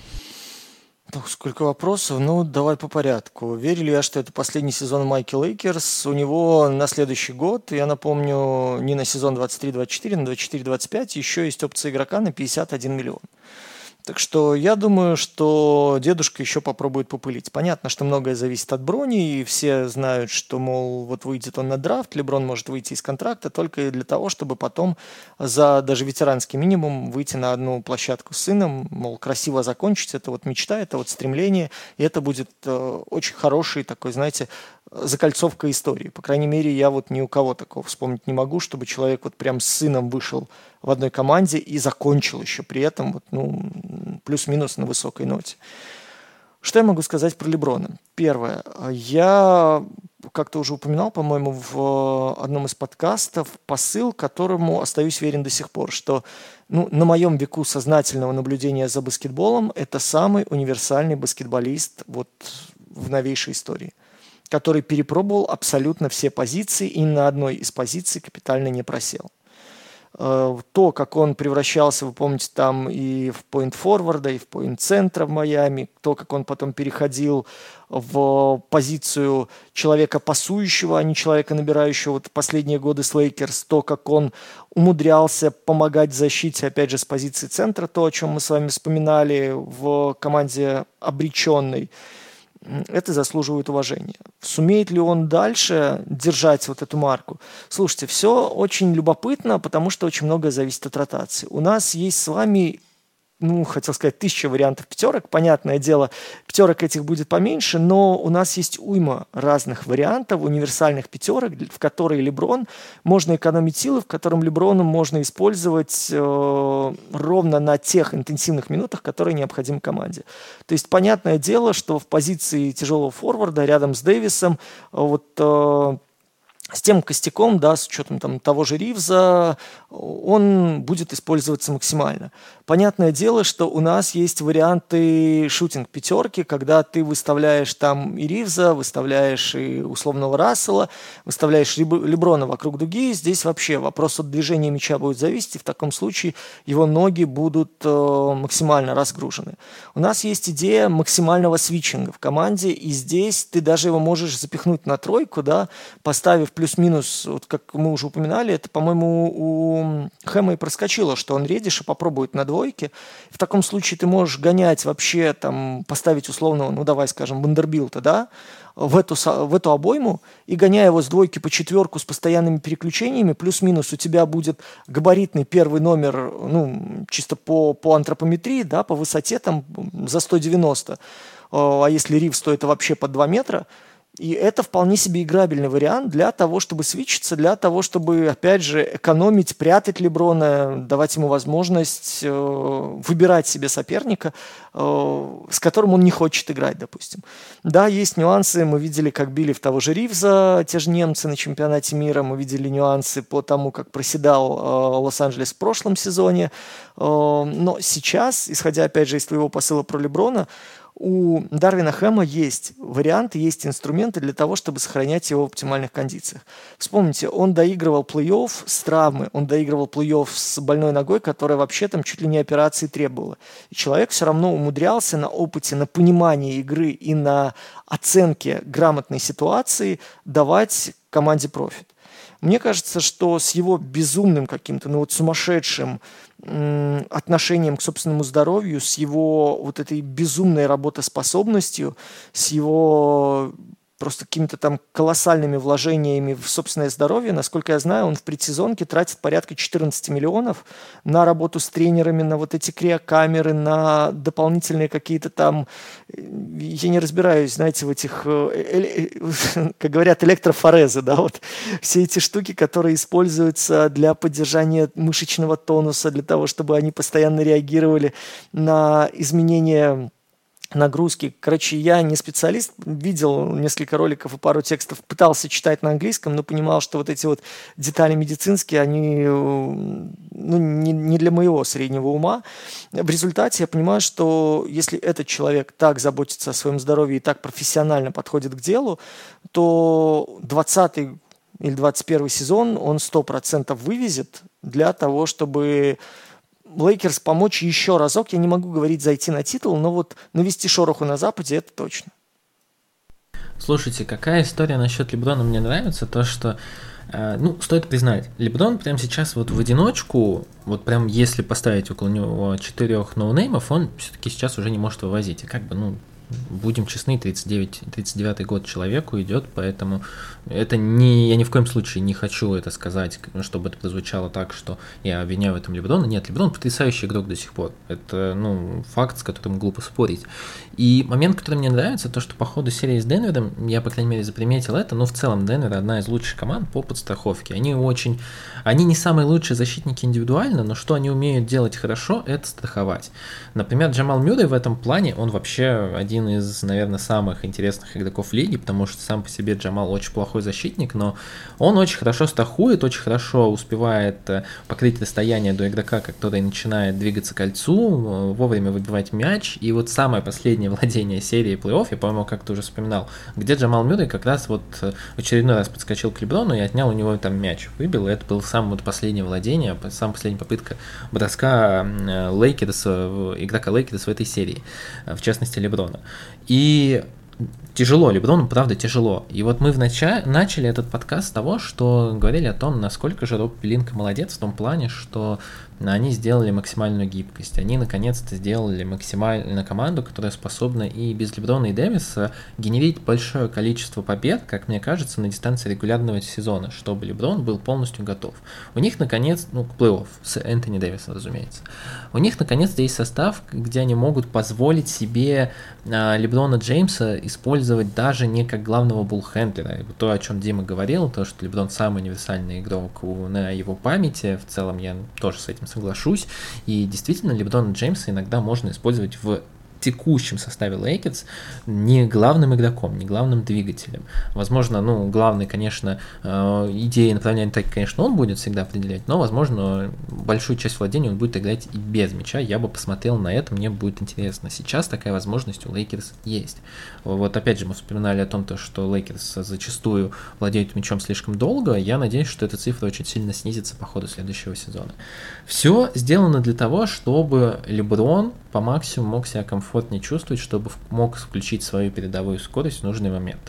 Сколько вопросов. Ну, давай по порядку. Верю ли я, что это последний сезон в майке Лейкерс? У него на следующий год, я напомню, не на сезон двадцать три двадцать четыре, на двадцать четыре двадцать пять еще есть опция игрока на пятьдесят один миллион. Так что я думаю, что дедушка еще попробует попылить. Понятно, что многое зависит от Брони, и все знают, что, мол, вот выйдет он на драфт, Леброн может выйти из контракта только для того, чтобы потом за даже ветеранский минимум выйти на одну площадку с сыном, мол, красиво закончить. Это вот мечта, это вот стремление, и это будет э, очень хороший такой, знаете, закольцовка истории. По крайней мере, я вот ни у кого такого вспомнить не могу, чтобы человек вот прям с сыном вышел в одной команде и закончил еще при этом вот, ну, плюс-минус на высокой ноте. Что я могу сказать про Леброна? Первое. Я как-то уже упоминал, по-моему, в одном из подкастов посыл, которому остаюсь верен до сих пор, что ну, на моем веку сознательного наблюдения за баскетболом это самый универсальный баскетболист вот в новейшей истории, который перепробовал абсолютно все позиции и на одной из позиций капитально не просел. то, как он превращался, вы помните, там и в поинт-форварда, и в поинт-центра в Майами, то, как он потом переходил в позицию человека пасующего, а не человека набирающего. Вот последние годы с Лейкерс, то, как он умудрялся помогать в защите, опять же, с позиции центра, то, о чем мы с вами вспоминали в команде обреченной, это заслуживает уважения. Сумеет ли он дальше держать вот эту марку? Слушайте, все очень любопытно, потому что очень многое зависит от ротации. У нас есть с вами, ну, хотел сказать, тысяча вариантов пятерок. Понятное дело, пятерок этих будет поменьше, но у нас есть уйма разных вариантов, универсальных пятерок, в которые Леброн можно экономить силы, в котором Леброну можно использовать э, ровно на тех интенсивных минутах, которые необходимы команде. То есть понятное дело, что в позиции тяжелого форварда рядом с Дэвисом вот... Э, с тем костяком, да, с учетом там, того же Ривза, он будет использоваться максимально. Понятное дело, что у нас есть варианты шутинг-пятерки, когда ты выставляешь там и Ривза, выставляешь и условного Рассела, выставляешь Леброна вокруг дуги. Здесь вообще вопрос от движения мяча будет зависеть, и в таком случае его ноги будут э, максимально разгружены. У нас есть идея максимального свитчинга в команде, и здесь ты даже его можешь запихнуть на тройку, да, поставив плюс-минус, вот как мы уже упоминали, это, по-моему, у Хэма и проскочило, что он Реддиша попробует на двойке. В таком случае ты можешь гонять вообще, там, поставить условного, ну, давай скажем, Вандербилта, да, в эту, в эту обойму, и гоняя его с двойки по четверку с постоянными переключениями, плюс-минус у тебя будет габаритный первый номер, ну, чисто по, по антропометрии, да, по высоте там за сто девяносто, а если Ривз, то это вообще под два метра. И это вполне себе играбельный вариант для того, чтобы свитчиться, для того, чтобы, опять же, экономить, прятать Леброна, давать ему возможность э, выбирать себе соперника, э, с которым он не хочет играть, допустим. Да, есть нюансы. Мы видели, как били в того же Ривза, те же немцы на чемпионате мира. Мы видели нюансы по тому, как проседал э, Лос-Анджелес в прошлом сезоне. Э, но сейчас, исходя, опять же, из твоего посыла про Леброна, у Дарвина Хэма есть варианты, есть инструменты для того, чтобы сохранять его в оптимальных кондициях. Вспомните, он доигрывал плей-офф с травмы, он доигрывал плей-офф с больной ногой, которая вообще там чуть ли не операции требовала. И человек все равно умудрялся на опыте, на понимании игры и на оценке грамотной ситуации давать команде профит. Мне кажется, что с его безумным каким-то, ну вот сумасшедшим м, отношением к собственному здоровью, с его вот этой безумной работоспособностью, с его просто какими-то там колоссальными вложениями в собственное здоровье, насколько я знаю, он в предсезонке тратит порядка четырнадцать миллионов на работу с тренерами, на вот эти криокамеры, на дополнительные какие-то там, я не разбираюсь, знаете, в этих, как говорят, электрофорезы, да, вот все эти штуки, которые используются для поддержания мышечного тонуса, для того, чтобы они постоянно реагировали на изменения нагрузки. Короче, я не специалист, видел несколько роликов и пару текстов, пытался читать на английском, но понимал, что вот эти вот детали медицинские, они ну, не, не для моего среднего ума. В результате я понимаю, что если этот человек так заботится о своем здоровье и так профессионально подходит к делу, то двадцатый или двадцать первый сезон он сто процентов вывезет для того, чтобы Лейкерс помочь еще разок, я не могу говорить зайти на титул, но вот навести шороху на Западе, это точно. Слушайте, какая история насчет Леброна мне нравится, то что, э, ну, стоит признать, Леброн прямо сейчас вот в одиночку, вот прям если поставить около него четырех ноунеймов, он все-таки сейчас уже не может вывозить, и как бы, ну, будем честны, тридцать девять, тридцать девятый год человеку идет, поэтому это не, я ни в коем случае не хочу это сказать, чтобы это прозвучало так, что я обвиняю в этом Леброна. Нет, Леброн потрясающий игрок до сих пор. Это, ну, факт, с которым глупо спорить. И момент, который мне нравится, то, что по ходу серии с Денвером, я, по крайней мере, заприметил это, но в целом Денвер одна из лучших команд по подстраховке. Они очень, они не самые лучшие защитники индивидуально, но что они умеют делать хорошо, это страховать. Например, Джамал Мюррей в этом плане, он вообще один один из, наверное, самых интересных игроков лиги, потому что сам по себе Джамал очень плохой защитник, но он очень хорошо страхует, очень хорошо успевает покрыть расстояние до игрока, который начинает двигаться к кольцу, вовремя выбивать мяч. И вот самое последнее владение серии плей-офф, я, по-моему, как ты уже вспоминал, где Джамал Мюррей как раз вот в очередной раз подскочил к Леброну и отнял у него там мяч, выбил, и это было самое вот последнее владение, самая последняя попытка броска Лейкерс, игрока Лейкерс в этой серии, в частности Леброна. И тяжело, Леброну, правда, тяжело. И вот мы в начале начали этот подкаст с того, что говорили о том, насколько же Роб Пелинка молодец в том плане, что они сделали максимальную гибкость. Они наконец-то сделали максимальную команду, которая способна и без Леброна и Дэвиса генерить большое количество побед, как мне кажется, на дистанции регулярного сезона, чтобы Леброн был полностью готов. У них наконец, ну, к плей-офф с Энтони Дэвисом, разумеется. У них наконец-то есть состав, где они могут позволить себе а, Леброна Джеймса использовать даже не как главного буллхендлера. То, о чем Дима говорил, то, что Леброн самый универсальный игрок на его памяти, в целом я тоже с этим соглашусь. И действительно, Леброна Джеймса иногда можно использовать в текущем составе Лейкерс не главным игроком, не главным двигателем. Возможно, ну, главный, конечно, идеи направления атаки, конечно, он будет всегда определять, но, возможно, большую часть владения он будет играть и без мяча. Я бы посмотрел на это, мне будет интересно. Сейчас такая возможность у Лейкерс есть. Вот опять же мы вспоминали о том, что Лейкерс зачастую владеют мячом слишком долго. Я надеюсь, что эта цифра очень сильно снизится по ходу следующего сезона. Все сделано для того, чтобы Леброн по максимуму мог себя комфортнее чувствовать, чтобы мог включить свою передовую скорость в нужный момент.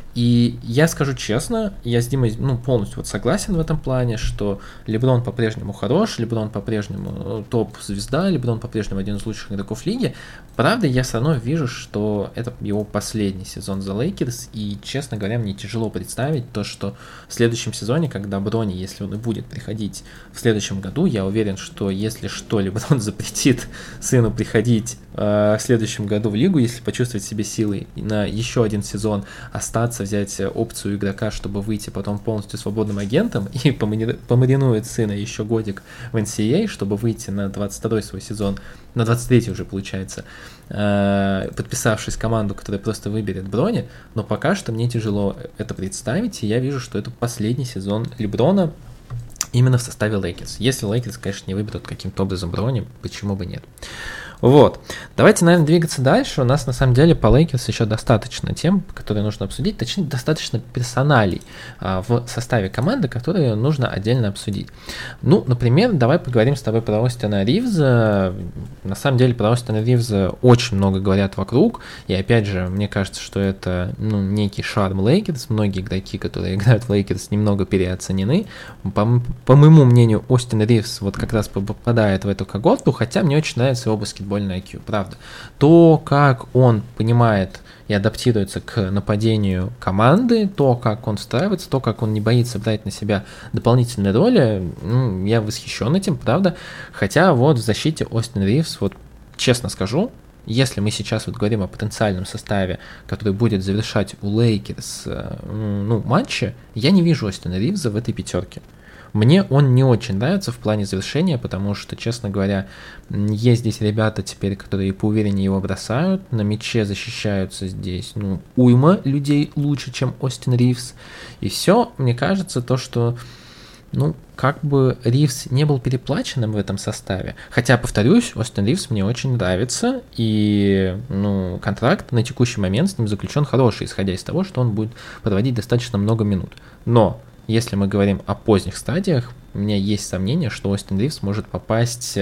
И я скажу честно, я с Димой ну, полностью вот согласен в этом плане, что Леброн по-прежнему хорош, Леброн по-прежнему топ-звезда, Леброн по-прежнему один из лучших игроков лиги. Правда, я все равно вижу, что это его последний сезон за Лейкерс, и, честно говоря, мне тяжело представить то, что в следующем сезоне, когда Брони, если он и будет приходить в следующем году, я уверен, что если что, Леброн запретит сыну приходить э, в следующем году в лигу, если почувствовать себе силой на еще один сезон остаться, взять опцию игрока, чтобы выйти потом полностью свободным агентом и помаринует сына еще годик в эн си эй эй, чтобы выйти на двадцать второй свой сезон, на двадцать третий уже получается, подписавшись в команду, которая просто выберет Брони, но пока что мне тяжело это представить, и я вижу, что это последний сезон Леброна именно в составе Лейкерс. Если Лейкерс, конечно, не выберут каким-то образом Брони, почему бы нет. Вот. Давайте, наверное, двигаться дальше. У нас, на самом деле, по Лейкерс еще достаточно тем, которые нужно обсудить, точнее, достаточно персоналей а, в составе команды, которые нужно отдельно обсудить. Ну, например, давай поговорим с тобой про Остина Ривза. На самом деле, про Остина Ривза очень много говорят вокруг, и, опять же, мне кажется, что это ну, некий шарм Лейкерс. Многие игроки, которые играют в Лейкерс, немного переоценены. По, по моему мнению, Остин Ривз вот как раз попадает в эту когорту, хотя мне очень нравится его баскетбольный ай кью, правда. То, как он понимает и адаптируется к нападению команды, то, как он встраивается, то, как он не боится брать на себя дополнительные роли, ну, я восхищен этим, правда. Хотя вот в защите Остин Ривз, вот честно скажу, если мы сейчас вот говорим о потенциальном составе, который будет завершать у Лейкерс ну, матчи, я не вижу Остина Ривза в этой пятерке. Мне он не очень нравится в плане завершения, потому что, честно говоря, есть здесь ребята теперь, которые поувереннее его бросают, на мяче защищаются здесь, ну, уйма людей лучше, чем Остин Ривз, и все, мне кажется, то, что, ну, как бы Ривз не был переплаченным в этом составе, хотя, повторюсь, Остин Ривз мне очень нравится, и, ну, контракт на текущий момент с ним заключен хороший, исходя из того, что он будет проводить достаточно много минут, но если мы говорим о поздних стадиях, у меня есть сомнение, что Остин Ривз может попасть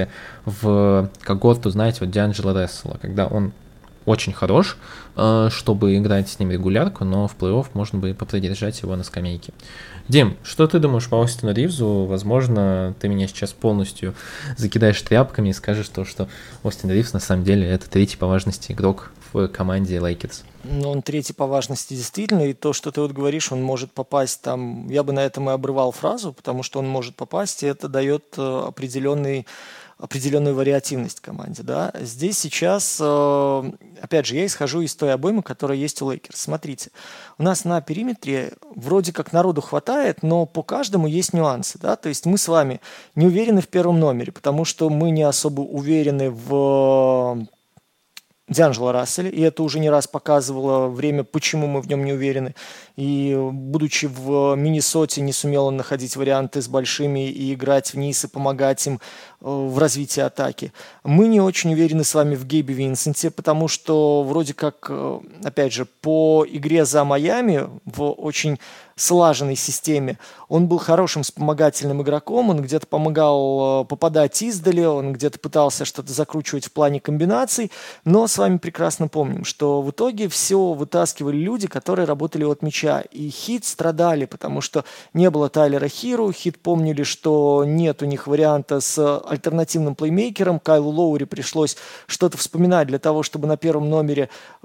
в когорту, знаете, вот Д'Анджело Рассела, когда он очень хорош, чтобы играть с ним регулярку, но в плей-офф можно бы попридержать его на скамейке. Дим, что ты думаешь по Остину Ривзу? Возможно, ты меня сейчас полностью закидаешь тряпками и скажешь то, что Остин Ривз на самом деле это третий по важности игрок в команде Лейкерс. Ну, он третий по важности действительно, и то, что ты вот говоришь, он может попасть там, я бы на этом и обрывал фразу, потому что он может попасть, и это дает определенный определенную вариативность команде, да. Здесь сейчас, опять же, я исхожу из той обоймы, которая есть у Лейкерс. Смотрите, у нас на периметре вроде как народу хватает, но по каждому есть нюансы, да, то есть мы с вами не уверены в первом номере, потому что мы не особо уверены в Дианджело Расселе, и это уже не раз показывало время, почему мы в нем не уверены. И будучи в Миннесоте, не сумел он находить варианты с большими и играть вниз и помогать им в развитии атаки. Мы не очень уверены с вами в Гейбе Винсенте, потому что вроде как, опять же, по игре за Майами в очень слаженной системе он был хорошим вспомогательным игроком, он где-то помогал попадать издали, он где-то пытался что-то закручивать в плане комбинаций, но с вами прекрасно помним, что в итоге все вытаскивали люди, которые работали от мяча, и Хит страдали, потому что не было Тайлера Хиру, Хит помнили, что нет у них варианта с альтернативным плеймейкером, Кайлу Лоури пришлось что-то вспоминать для того, чтобы на первом номере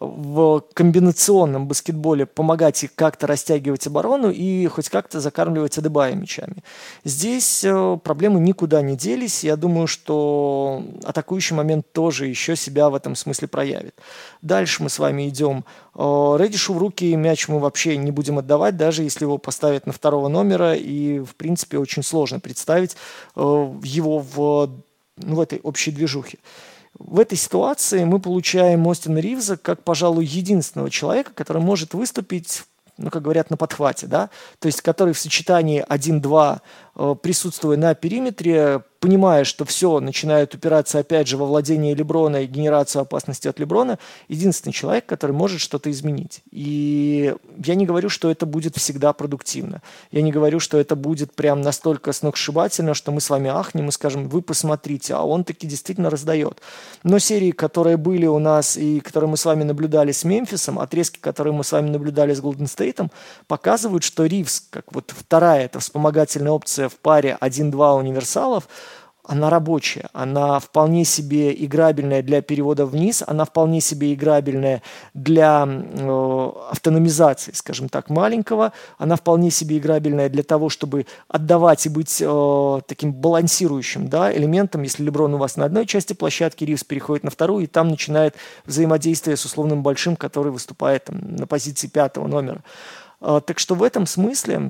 в комбинационном баскетболе помогать их как-то растягивать оборону и хоть как-то закармливать Адебайо мячами. Здесь э, проблемы никуда не делись. Я думаю, что атакующий момент тоже еще себя в этом смысле проявит. Дальше мы с вами идем. Э, Редишу в руки мяч мы вообще не будем отдавать, даже если его поставят на второго номера. И, в принципе, очень сложно представить э, его в, ну, в этой общей движухе. В этой ситуации мы получаем Остина Ривза как, пожалуй, единственного человека, который может выступить, ну, как говорят, на подхвате, да, то есть который в сочетании один-два, э, присутствуя на периметре, понимая, что все начинает упираться опять же во владение Леброна и генерацию опасности от Леброна, единственный человек, который может что-то изменить. И я не говорю, что это будет всегда продуктивно. Я не говорю, что это будет прям настолько сногсшибательно, что мы с вами ахнем и скажем: вы посмотрите, а он таки действительно раздает. Но серии, которые были у нас и которые мы с вами наблюдали с Мемфисом, отрезки, которые мы с вами наблюдали с Голден Стейтом, показывают, что Ривз, как вот вторая эта вспомогательная опция в паре один-два универсалов, она рабочая, она вполне себе играбельная для перевода вниз, она вполне себе играбельная для э, автономизации, скажем так, маленького, она вполне себе играбельная для того, чтобы отдавать и быть э, таким балансирующим, да, элементом. Если Леброн у вас на одной части площадки, Ривз переходит на вторую, и там начинает взаимодействие с условным большим, который выступает там на позиции пятого номера. Э, так что в этом смысле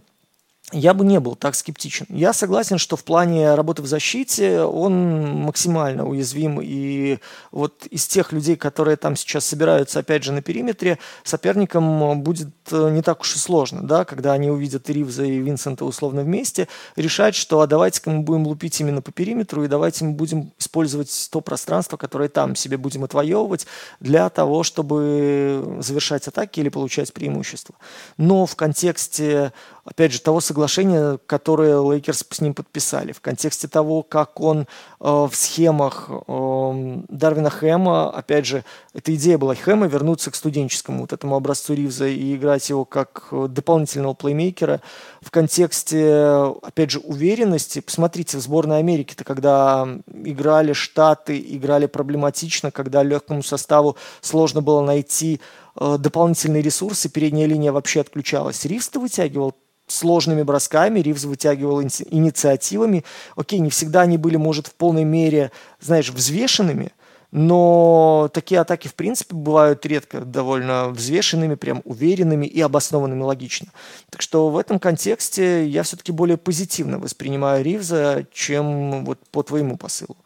я бы не был так скептичен. Я согласен, что в плане работы в защите он максимально уязвим. И вот из тех людей, которые там сейчас собираются, опять же, на периметре, соперникам будет не так уж и сложно, да, когда они увидят Ривза и Винсента условно вместе, решать, что а давайте-ка мы будем лупить именно по периметру, и давайте мы будем использовать то пространство, которое там себе будем отвоевывать для того, чтобы завершать атаки или получать преимущество. Но в контексте, опять же, того соглашения, которое Лейкерс с ним подписали, в контексте того, как он э, в схемах э, Дарвина Хэма, опять же, эта идея была Хэма вернуться к студенческому вот этому образцу Ривза и играть его как дополнительного плеймейкера, в контексте, опять же, уверенности. Посмотрите, в сборной Америки-то, когда играли Штаты, играли проблематично, когда легкому составу сложно было найти э, дополнительные ресурсы, передняя линия вообще отключалась. Ривз-то вытягивал сложными бросками, Ривз вытягивал инициативами. Окей, не всегда они были, может, в полной мере, знаешь, взвешенными, но такие атаки, в принципе, бывают редко довольно взвешенными, прям уверенными и обоснованными логично. Так что в этом контексте я все-таки более позитивно воспринимаю Ривза, чем вот по твоему посылу.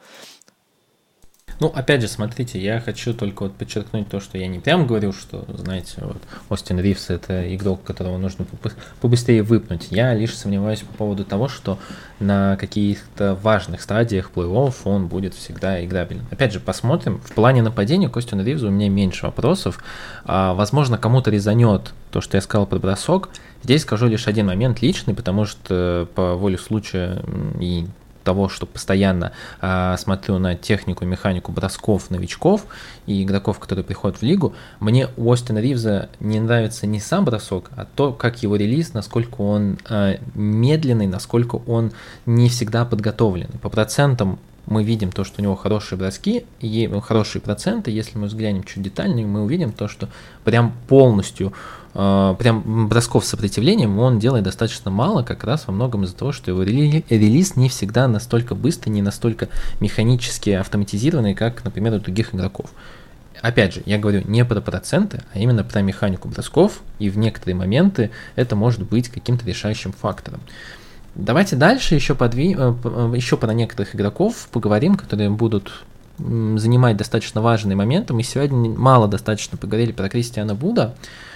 Ну, опять же, смотрите, я хочу только вот подчеркнуть то, что я не прям говорю, что, знаете, вот Остин Ривз — это игрок, которого нужно побыстрее выпнуть. Я лишь сомневаюсь по поводу того, что на каких-то важных стадиях плей-офф он будет всегда играбелен. Опять же, посмотрим. В плане нападения к Остину Ривзу у меня меньше вопросов. А, возможно, кому-то резанет то, что я сказал про бросок. Здесь скажу лишь один момент личный, потому что по воле случая и того, что постоянно э, смотрю на технику, механику бросков новичков и игроков, которые приходят в лигу, мне у Остина Ривза не нравится не сам бросок, а то, как его релиз, насколько он э, медленный, насколько он не всегда подготовлен. По процентам мы видим то, что у него хорошие броски и хорошие проценты. Если мы взглянем чуть детальнее, мы увидим то, что прям полностью Uh, прям бросков с сопротивлением он делает достаточно мало, как раз во многом из-за того, что его рели- релиз не всегда настолько быстрый, не настолько механически автоматизированный, как, например, у других игроков. Опять же, я говорю не про проценты, а именно про механику бросков, и в некоторые моменты это может быть каким-то решающим фактором. Давайте дальше еще, подви... еще про некоторых игроков поговорим, которые будут занимать достаточно важные моменты. Мы сегодня мало достаточно поговорили про Кристиана Вуда.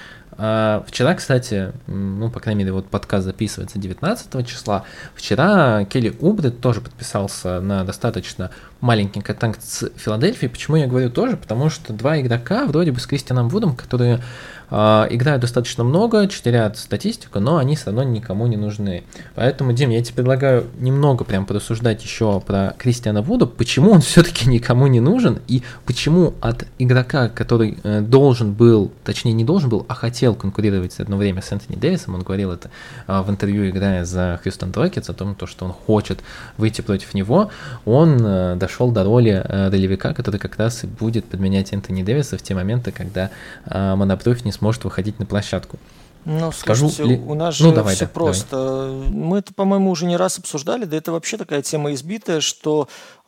А вчера, кстати, ну, по крайней мере, вот подкаст записывается девятнадцатого числа. Вчера Келли Убре тоже подписался на достаточно маленький контракт с Филадельфией. Почему я говорю тоже? Потому что два игрока вроде бы с Кристианом Вудом, которые э, играют достаточно много, читерят статистику, но они все равно никому не нужны. Поэтому, Дим, я тебе предлагаю немного прям порассуждать еще про Кристиана Вуда, почему он все-таки никому не нужен, и почему от игрока, который э, должен был, точнее не должен был, а хотел конкурировать одно время с Энтони Дэвисом, он говорил это э, в интервью, играя за Хьюстон Рокетс, о том, что он хочет выйти против него, он э, дошел до роли э, ролевика, который как раз и будет подменять Энтони Дэвиса в те моменты, когда э, Монобровь не сможет выходить на площадку. Ну, Скажу слушайте, ли... у нас ну, же давай, все да, просто. Давай. Мы это, по-моему, уже не раз обсуждали, да это вообще такая тема избитая, что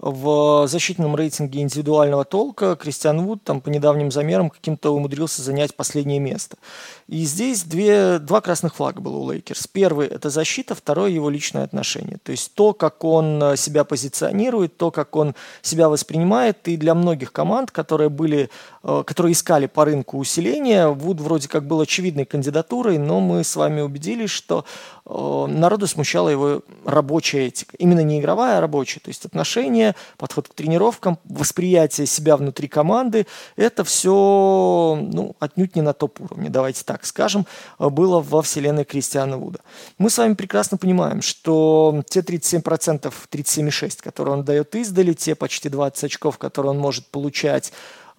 в защитном рейтинге индивидуального толка Кристиан Вуд там по недавним замерам каким-то умудрился занять последнее место. И здесь две, два красных флага было у Лейкерс. Первый – это защита, второй – его личное отношение. То есть то, как он себя позиционирует, то, как он себя воспринимает. И для многих команд, которые, были, которые искали по рынку усиления, Вуд вроде как был очевидной кандидатурой, но мы с вами убедились, что народу смущала его рабочая этика. Именно не игровая, а рабочая. То есть отношения, подход к тренировкам, восприятие себя внутри команды. Это все ну, отнюдь не на топ-уровне, давайте так скажем, было во вселенной Кристиана Вуда. Мы с вами прекрасно понимаем, что те тридцать семь процентов, тридцать семь целых шесть процентов, которые он дает издали, те почти двадцать очков, которые он может получать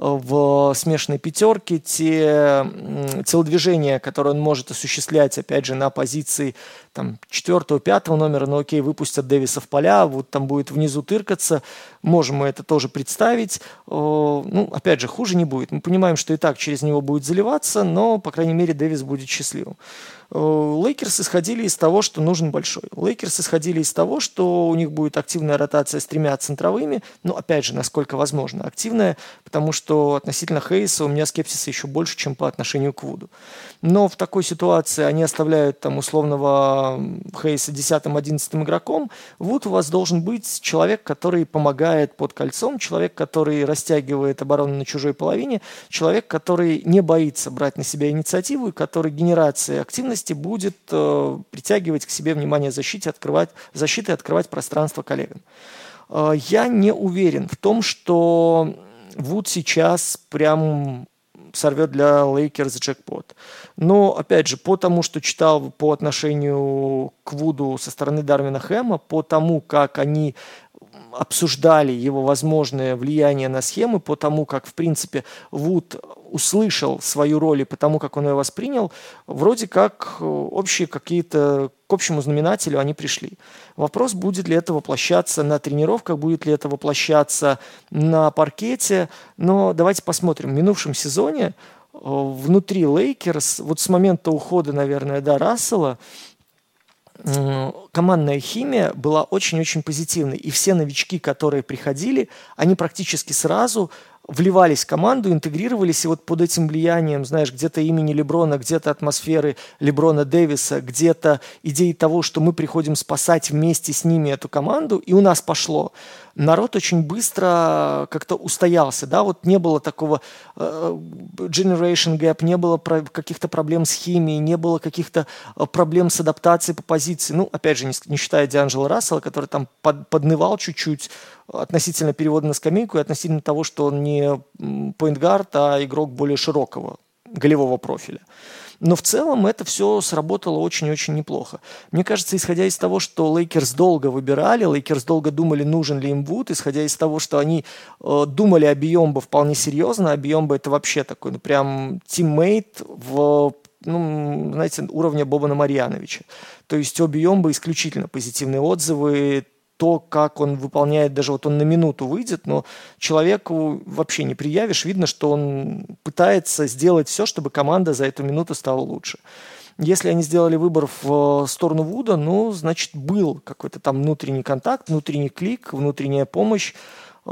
в смешанной пятерке, те телодвижения, которые он может осуществлять, опять же, на позиции там, четвертого, пятого номера, ну окей, выпустят Дэвиса в поля, вот там будет внизу тыркаться, можем мы это тоже представить. Ну, опять же, хуже не будет. Мы понимаем, что и так через него будет заливаться, но, по крайней мере, Дэвис будет счастливым. Лейкерс исходили из того, что нужен большой. Лейкерс исходили из того, что у них будет активная ротация с тремя центровыми, ну, опять же, насколько возможно, активная, потому что относительно Хейса у меня скепсиса еще больше, чем по отношению к Вуду. Но в такой ситуации они оставляют там условного Хейса десятым-одиннадцатым игроком. Вуд у вас должен быть человек, который помогает под кольцом, человек, который растягивает оборону на чужой половине, человек, который не боится брать на себя инициативу и который генерацией активности будет э, притягивать к себе внимание защиты, открывать, защиты и открывать пространство коллегам. Э, я не уверен в том, что Вуд сейчас прям сорвет для Лейкерс джекпот. Но, опять же, по тому, что читал по отношению к Вуду со стороны Дарвина Хэма, по тому, как они обсуждали его возможное влияние на схемы, по тому, как, в принципе, Вуд услышал свою роль и по тому, как он ее воспринял, вроде как общие какие-то, к общему знаменателю они пришли. Вопрос, будет ли это воплощаться на тренировках, будет ли это воплощаться на паркете, но давайте посмотрим. В минувшем сезоне внутри Лейкерс, вот с момента ухода, наверное, да, Рассела, командная химия была очень-очень позитивной. И все новички, которые приходили, они практически сразу вливались в команду, интегрировались, и вот под этим влиянием, знаешь, где-то имени Леброна, где-то атмосферы Леброна Дэвиса, где-то идеи того, что мы приходим спасать вместе с ними эту команду, и у нас пошло. Народ очень быстро как-то устоялся, да, вот не было такого э, generation gap, не было про- каких-то проблем с химией, не было каких-то э, проблем с адаптацией по позиции, ну, опять же, не, не считая Дианджело Рассела, который там под, поднывал чуть-чуть относительно перевода на скамейку и относительно того, что он не поинтгард, а игрок более широкого голевого профиля. Но в целом это все сработало очень-очень неплохо. Мне кажется, исходя из того, что Лейкерс долго выбирали, Лейкерс долго думали, нужен ли им Вуд, исходя из того, что они э, думали о Бийомбо вполне серьезно, а Бийомбо это вообще такой, ну прям тиммейт в, ну, знаете, уровня Бобана Марьяновича. То есть о Бийомбо исключительно позитивные отзывы, то, как он выполняет, даже вот он на минуту выйдет, но человеку вообще не предъявишь, видно, что он пытается сделать все, чтобы команда за эту минуту стала лучше. Если они сделали выбор в сторону Вуда, ну, значит, был какой-то там внутренний контакт, внутренний клик, внутренняя помощь, э,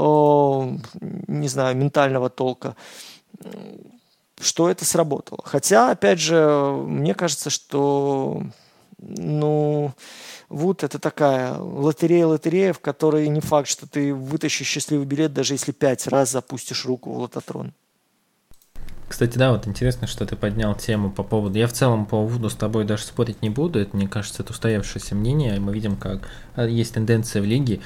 не знаю, ментального толка, что это сработало. Хотя, опять же, мне кажется, что Ну, Вуд – это такая лотерея-лотерея, в которой не факт, что ты вытащишь счастливый билет, даже если пять раз запустишь руку в лототрон. Кстати, да, вот интересно, что ты поднял тему по поводу... Я в целом по Вуду с тобой даже спорить не буду, это, мне кажется, это устоявшееся мнение, мы видим, как есть тенденция в лиге,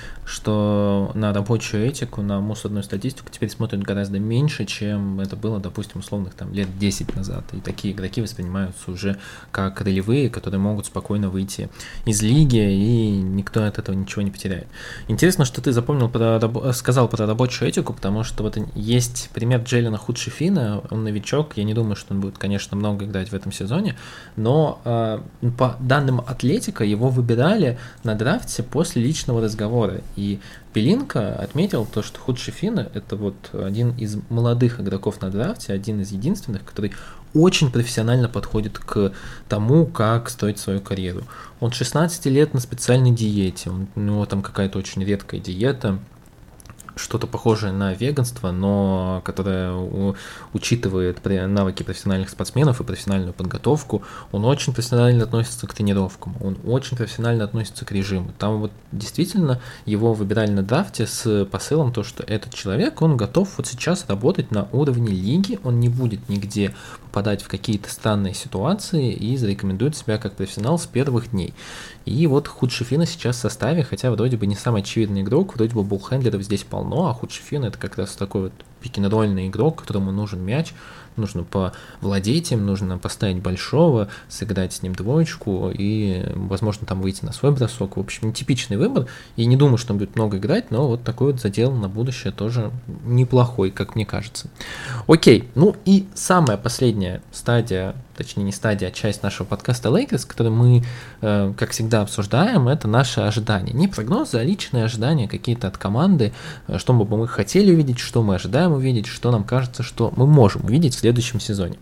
что на рабочую этику, на мусорную статистику теперь смотрят гораздо меньше, чем это было, допустим, условных там лет десять назад, и такие игроки воспринимаются уже как ролевые, которые могут спокойно выйти из лиги, и никто от этого ничего не потеряет. Интересно, что ты запомнил про, сказал про рабочую этику, потому что вот есть пример Джейлена Худшифина, он новичок, я не думаю, что он будет, конечно, много играть в этом сезоне, но э, по данным Атлетика его выбирали на драфте после личного разговора, и Пелинка отметил то, что Худшифина это вот один из молодых игроков на драфте, один из единственных, который очень профессионально подходит к тому, как строить свою карьеру. Он шестнадцать лет на специальной диете, он, у него там какая-то очень редкая диета, что-то похожее на веганство, но которое у, учитывает навыки профессиональных спортсменов и профессиональную подготовку. Он очень профессионально относится к тренировкам, он очень профессионально относится к режиму. Там вот действительно его выбирали на драфте с посылом то, что этот человек, он готов вот сейчас работать на уровне лиги, он не будет нигде попадать в какие-то странные ситуации и зарекомендует себя как профессионал с первых дней. И вот Худшифина сейчас в составе, хотя вроде бы не самый очевидный игрок, вроде бы буллхендлеров здесь полно, а Худшифин это как раз такой вот пик-н-ролльный игрок, которому нужен мяч, нужно повладеть им, нужно поставить большого, сыграть с ним двоечку и, возможно, там выйти на свой бросок. В общем, нетипичный выбор, и не думаю, что он будет много играть, но вот такой вот задел на будущее тоже неплохой, как мне кажется. Окей, ну и самая последняя стадия, точнее не стадия, а часть нашего подкаста Lakers, который мы, э, как всегда, обсуждаем, это наши ожидания. Не прогнозы, а личные ожидания какие-то от команды, что бы мы хотели увидеть, что мы ожидаем увидеть, что нам кажется, что мы можем увидеть в следующем сезоне.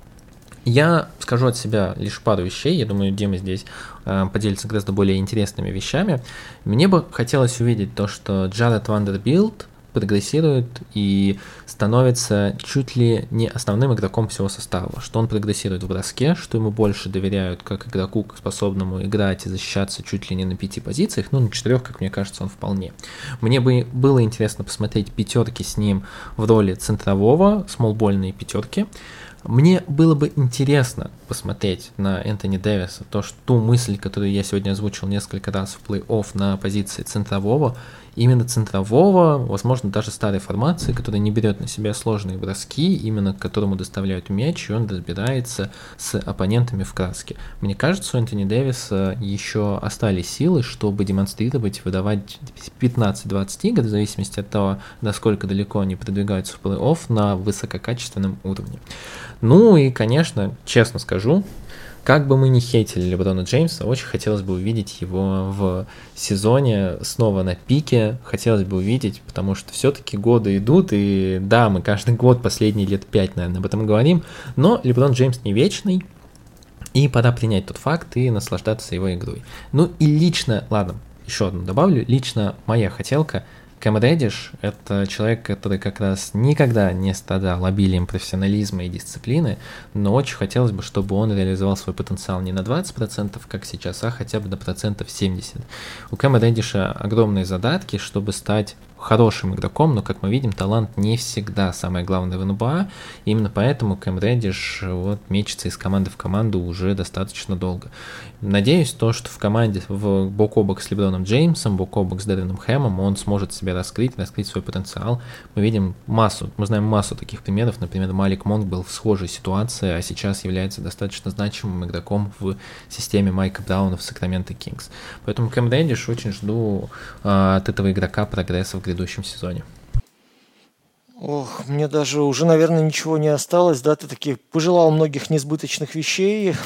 Я скажу от себя лишь пару вещей, я думаю, Дима здесь э, поделится гораздо более интересными вещами. Мне бы хотелось увидеть то, что Джаред Вандербилт прогрессирует и становится чуть ли не основным игроком всего состава, что он прогрессирует в броске, что ему больше доверяют как игроку, способному играть и защищаться чуть ли не на пяти позициях, ну на четырех, как мне кажется, он вполне. Мне бы было интересно посмотреть пятерки с ним в роли центрового, смолбольные пятерки. Мне было бы интересно посмотреть на Энтони Дэвиса, то, что ту мысль, которую я сегодня озвучил несколько раз в плей-офф на позиции центрового, именно центрового, возможно, даже старой формации, которая не берет на себя сложные броски, именно к которому доставляют мяч, и он разбирается с оппонентами в краске. Мне кажется, у Энтони Дэвиса еще остались силы, чтобы демонстрировать, выдавать пятнадцать-двадцать игр, в зависимости от того, насколько далеко они продвигаются в плей-офф, на высококачественном уровне. Ну и, конечно, честно скажу, как бы мы ни хейтили Леброна Джеймса, очень хотелось бы увидеть его в сезоне снова на пике, хотелось бы увидеть, потому что все-таки годы идут, и да, мы каждый год, последние лет пять, наверное, об этом говорим, но Леброн Джеймс не вечный, и пора принять тот факт и наслаждаться его игрой. Ну и лично, ладно, еще одну добавлю, лично моя хотелка — Кэм Реддиш – это человек, который как раз никогда не страдал обилием профессионализма и дисциплины, но очень хотелось бы, чтобы он реализовал свой потенциал не на двадцать процентов, как сейчас, а хотя бы на процентов семьдесят. У Кэма Реддиша огромные задатки, чтобы стать хорошим игроком, но, как мы видим, талант не всегда самое главное в эн бэ а, именно поэтому Кэм Реддиш вот мечется из команды в команду уже достаточно долго. Надеюсь, то, что в команде в бок о бок с Леброном Джеймсом, бок о бок с Дерреном Хэмом он сможет себя раскрыть, раскрыть свой потенциал. Мы видим массу, мы знаем массу таких примеров, например, Малик Монк был в схожей ситуации, а сейчас является достаточно значимым игроком в системе Майка Брауна в Сакраменто Кингс. Поэтому Кэм Реддиш очень жду а, от этого игрока прогресса в грядущем сезоне. Ох, мне даже уже, наверное, ничего не осталось, да, ты таки пожелал многих несбыточных вещей.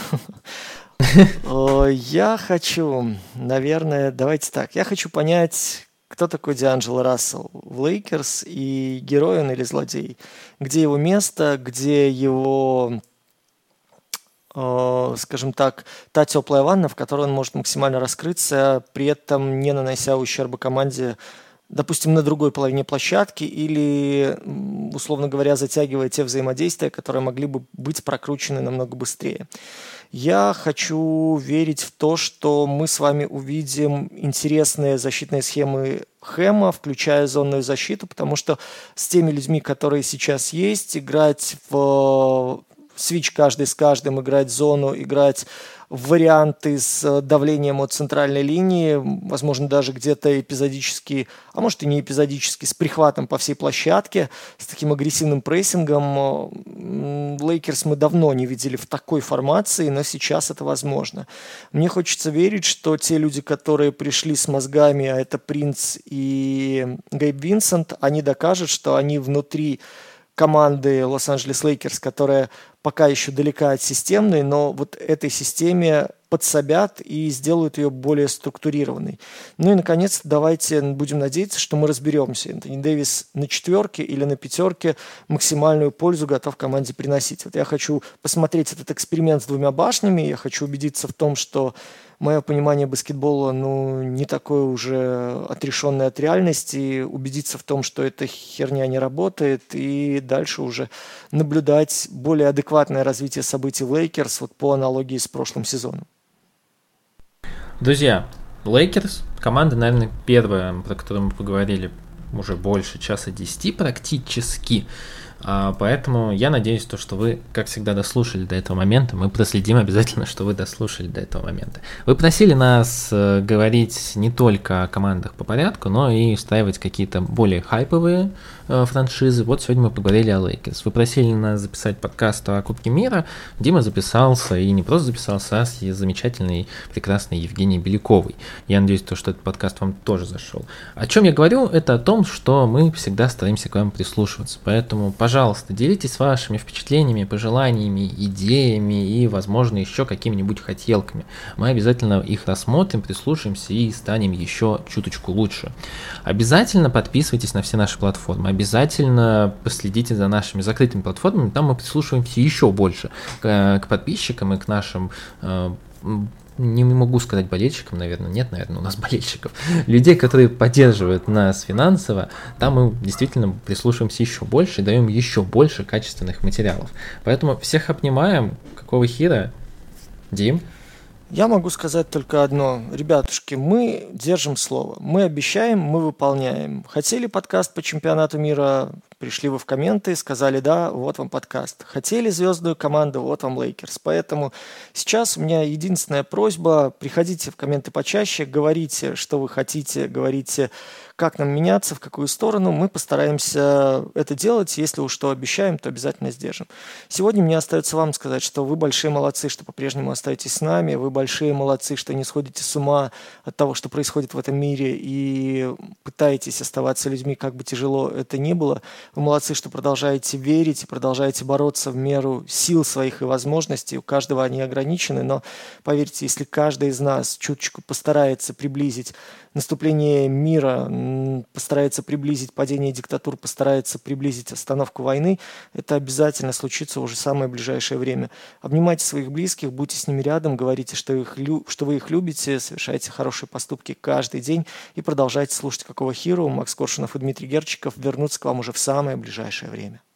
Я хочу, наверное, давайте так, я хочу понять, кто такой Дианджело Рассел в Лейкерс, и герой он или злодей, где его место, где его, скажем так, та теплая ванна, в которой он может максимально раскрыться, при этом не нанося ущерба команде допустим, на другой половине площадки или, условно говоря, затягивая те взаимодействия, которые могли бы быть прокручены намного быстрее. Я хочу верить в то, что мы с вами увидим интересные защитные схемы Хэма, включая зонную защиту, потому что с теми людьми, которые сейчас есть, играть в свич каждый с каждым, играть зону, играть в варианты с давлением от центральной линии, возможно, даже где-то эпизодически, а может и не эпизодически, с прихватом по всей площадке, с таким агрессивным прессингом. Лейкерс мы давно не видели в такой формации, но сейчас это возможно. Мне хочется верить, что те люди, которые пришли с мозгами, а это Принц и Гейб Винсент, они докажут, что они внутри команды Лос-Анджелес Лейкерс, которая пока еще далека от системной, но вот этой системе подсобят и сделают ее более структурированной. Ну и, наконец, давайте будем надеяться, что мы разберемся. Энтони Дэвис на четверке или на пятерке максимальную пользу готов команде приносить. Вот я хочу посмотреть этот эксперимент с двумя башнями, я хочу убедиться в том, что мое понимание баскетбола, ну, не такое уже отрешенное от реальности, убедиться в том, что эта херня не работает, и дальше уже наблюдать более адекватное развитие событий в Лейкерс, вот по аналогии с прошлым сезоном. Друзья, Лейкерс, команда, наверное, первая, про которую мы поговорили уже больше часа десяти практически. А, поэтому я надеюсь, то, что вы, как всегда, дослушали до этого момента. Мы проследим обязательно, что вы дослушали до этого момента. Вы просили нас э, говорить не только о командах по порядку, но и устраивать какие-то более хайповые э, франшизы. Вот сегодня мы поговорили о Лейкерс. Вы просили нас записать подкаст о Кубке мира. Дима записался, и не просто записался, а с замечательной, прекрасной Евгенией Беляковой. Я надеюсь, то, что этот подкаст вам тоже зашел. О чем я говорю? Это о том, что мы всегда стараемся к вам прислушиваться. Поэтому, пожалуйста, делитесь вашими впечатлениями, пожеланиями, идеями и, возможно, еще какими-нибудь хотелками. Мы обязательно их рассмотрим, прислушаемся и станем еще чуточку лучше. Обязательно подписывайтесь на все наши платформы, обязательно последите за нашими закрытыми платформами, там мы прислушиваемся еще больше к, к подписчикам и к нашим... Э, не могу сказать болельщикам, наверное, нет, наверное, у нас болельщиков, людей, которые поддерживают нас финансово, там мы действительно прислушиваемся еще больше и даем еще больше качественных материалов. Поэтому всех обнимаем. Какого хера? Дим? Я могу сказать только одно. Ребятушки, мы держим слово. Мы обещаем, мы выполняем. Хотели подкаст по чемпионату мира? Пришли вы в комменты, сказали да, вот вам подкаст. Хотели звездную команду, вот вам Лейкерс. Поэтому сейчас у меня единственная просьба. Приходите в комменты почаще, говорите, что вы хотите, говорите, как нам меняться, в какую сторону. Мы постараемся это делать. Если уж что обещаем, то обязательно сдержим. Сегодня мне остается вам сказать, что вы большие молодцы, что по-прежнему остаетесь с нами. Вы большие молодцы, что не сходите с ума от того, что происходит в этом мире, и пытаетесь оставаться людьми, как бы тяжело это ни было. Вы молодцы, что продолжаете верить и продолжаете бороться в меру сил своих и возможностей. У каждого они ограничены, но поверьте, если каждый из нас чуточку постарается приблизить наступление мира, постарается приблизить падение диктатур, постарается приблизить остановку войны, это обязательно случится уже в самое ближайшее время. Обнимайте своих близких, будьте с ними рядом, говорите, что, их, что вы их любите, совершайте хорошие поступки каждый день и продолжайте слушать «Какого хиру». Макс Коршунов и Дмитрий Герчиков вернутся к вам уже в самое ближайшее время.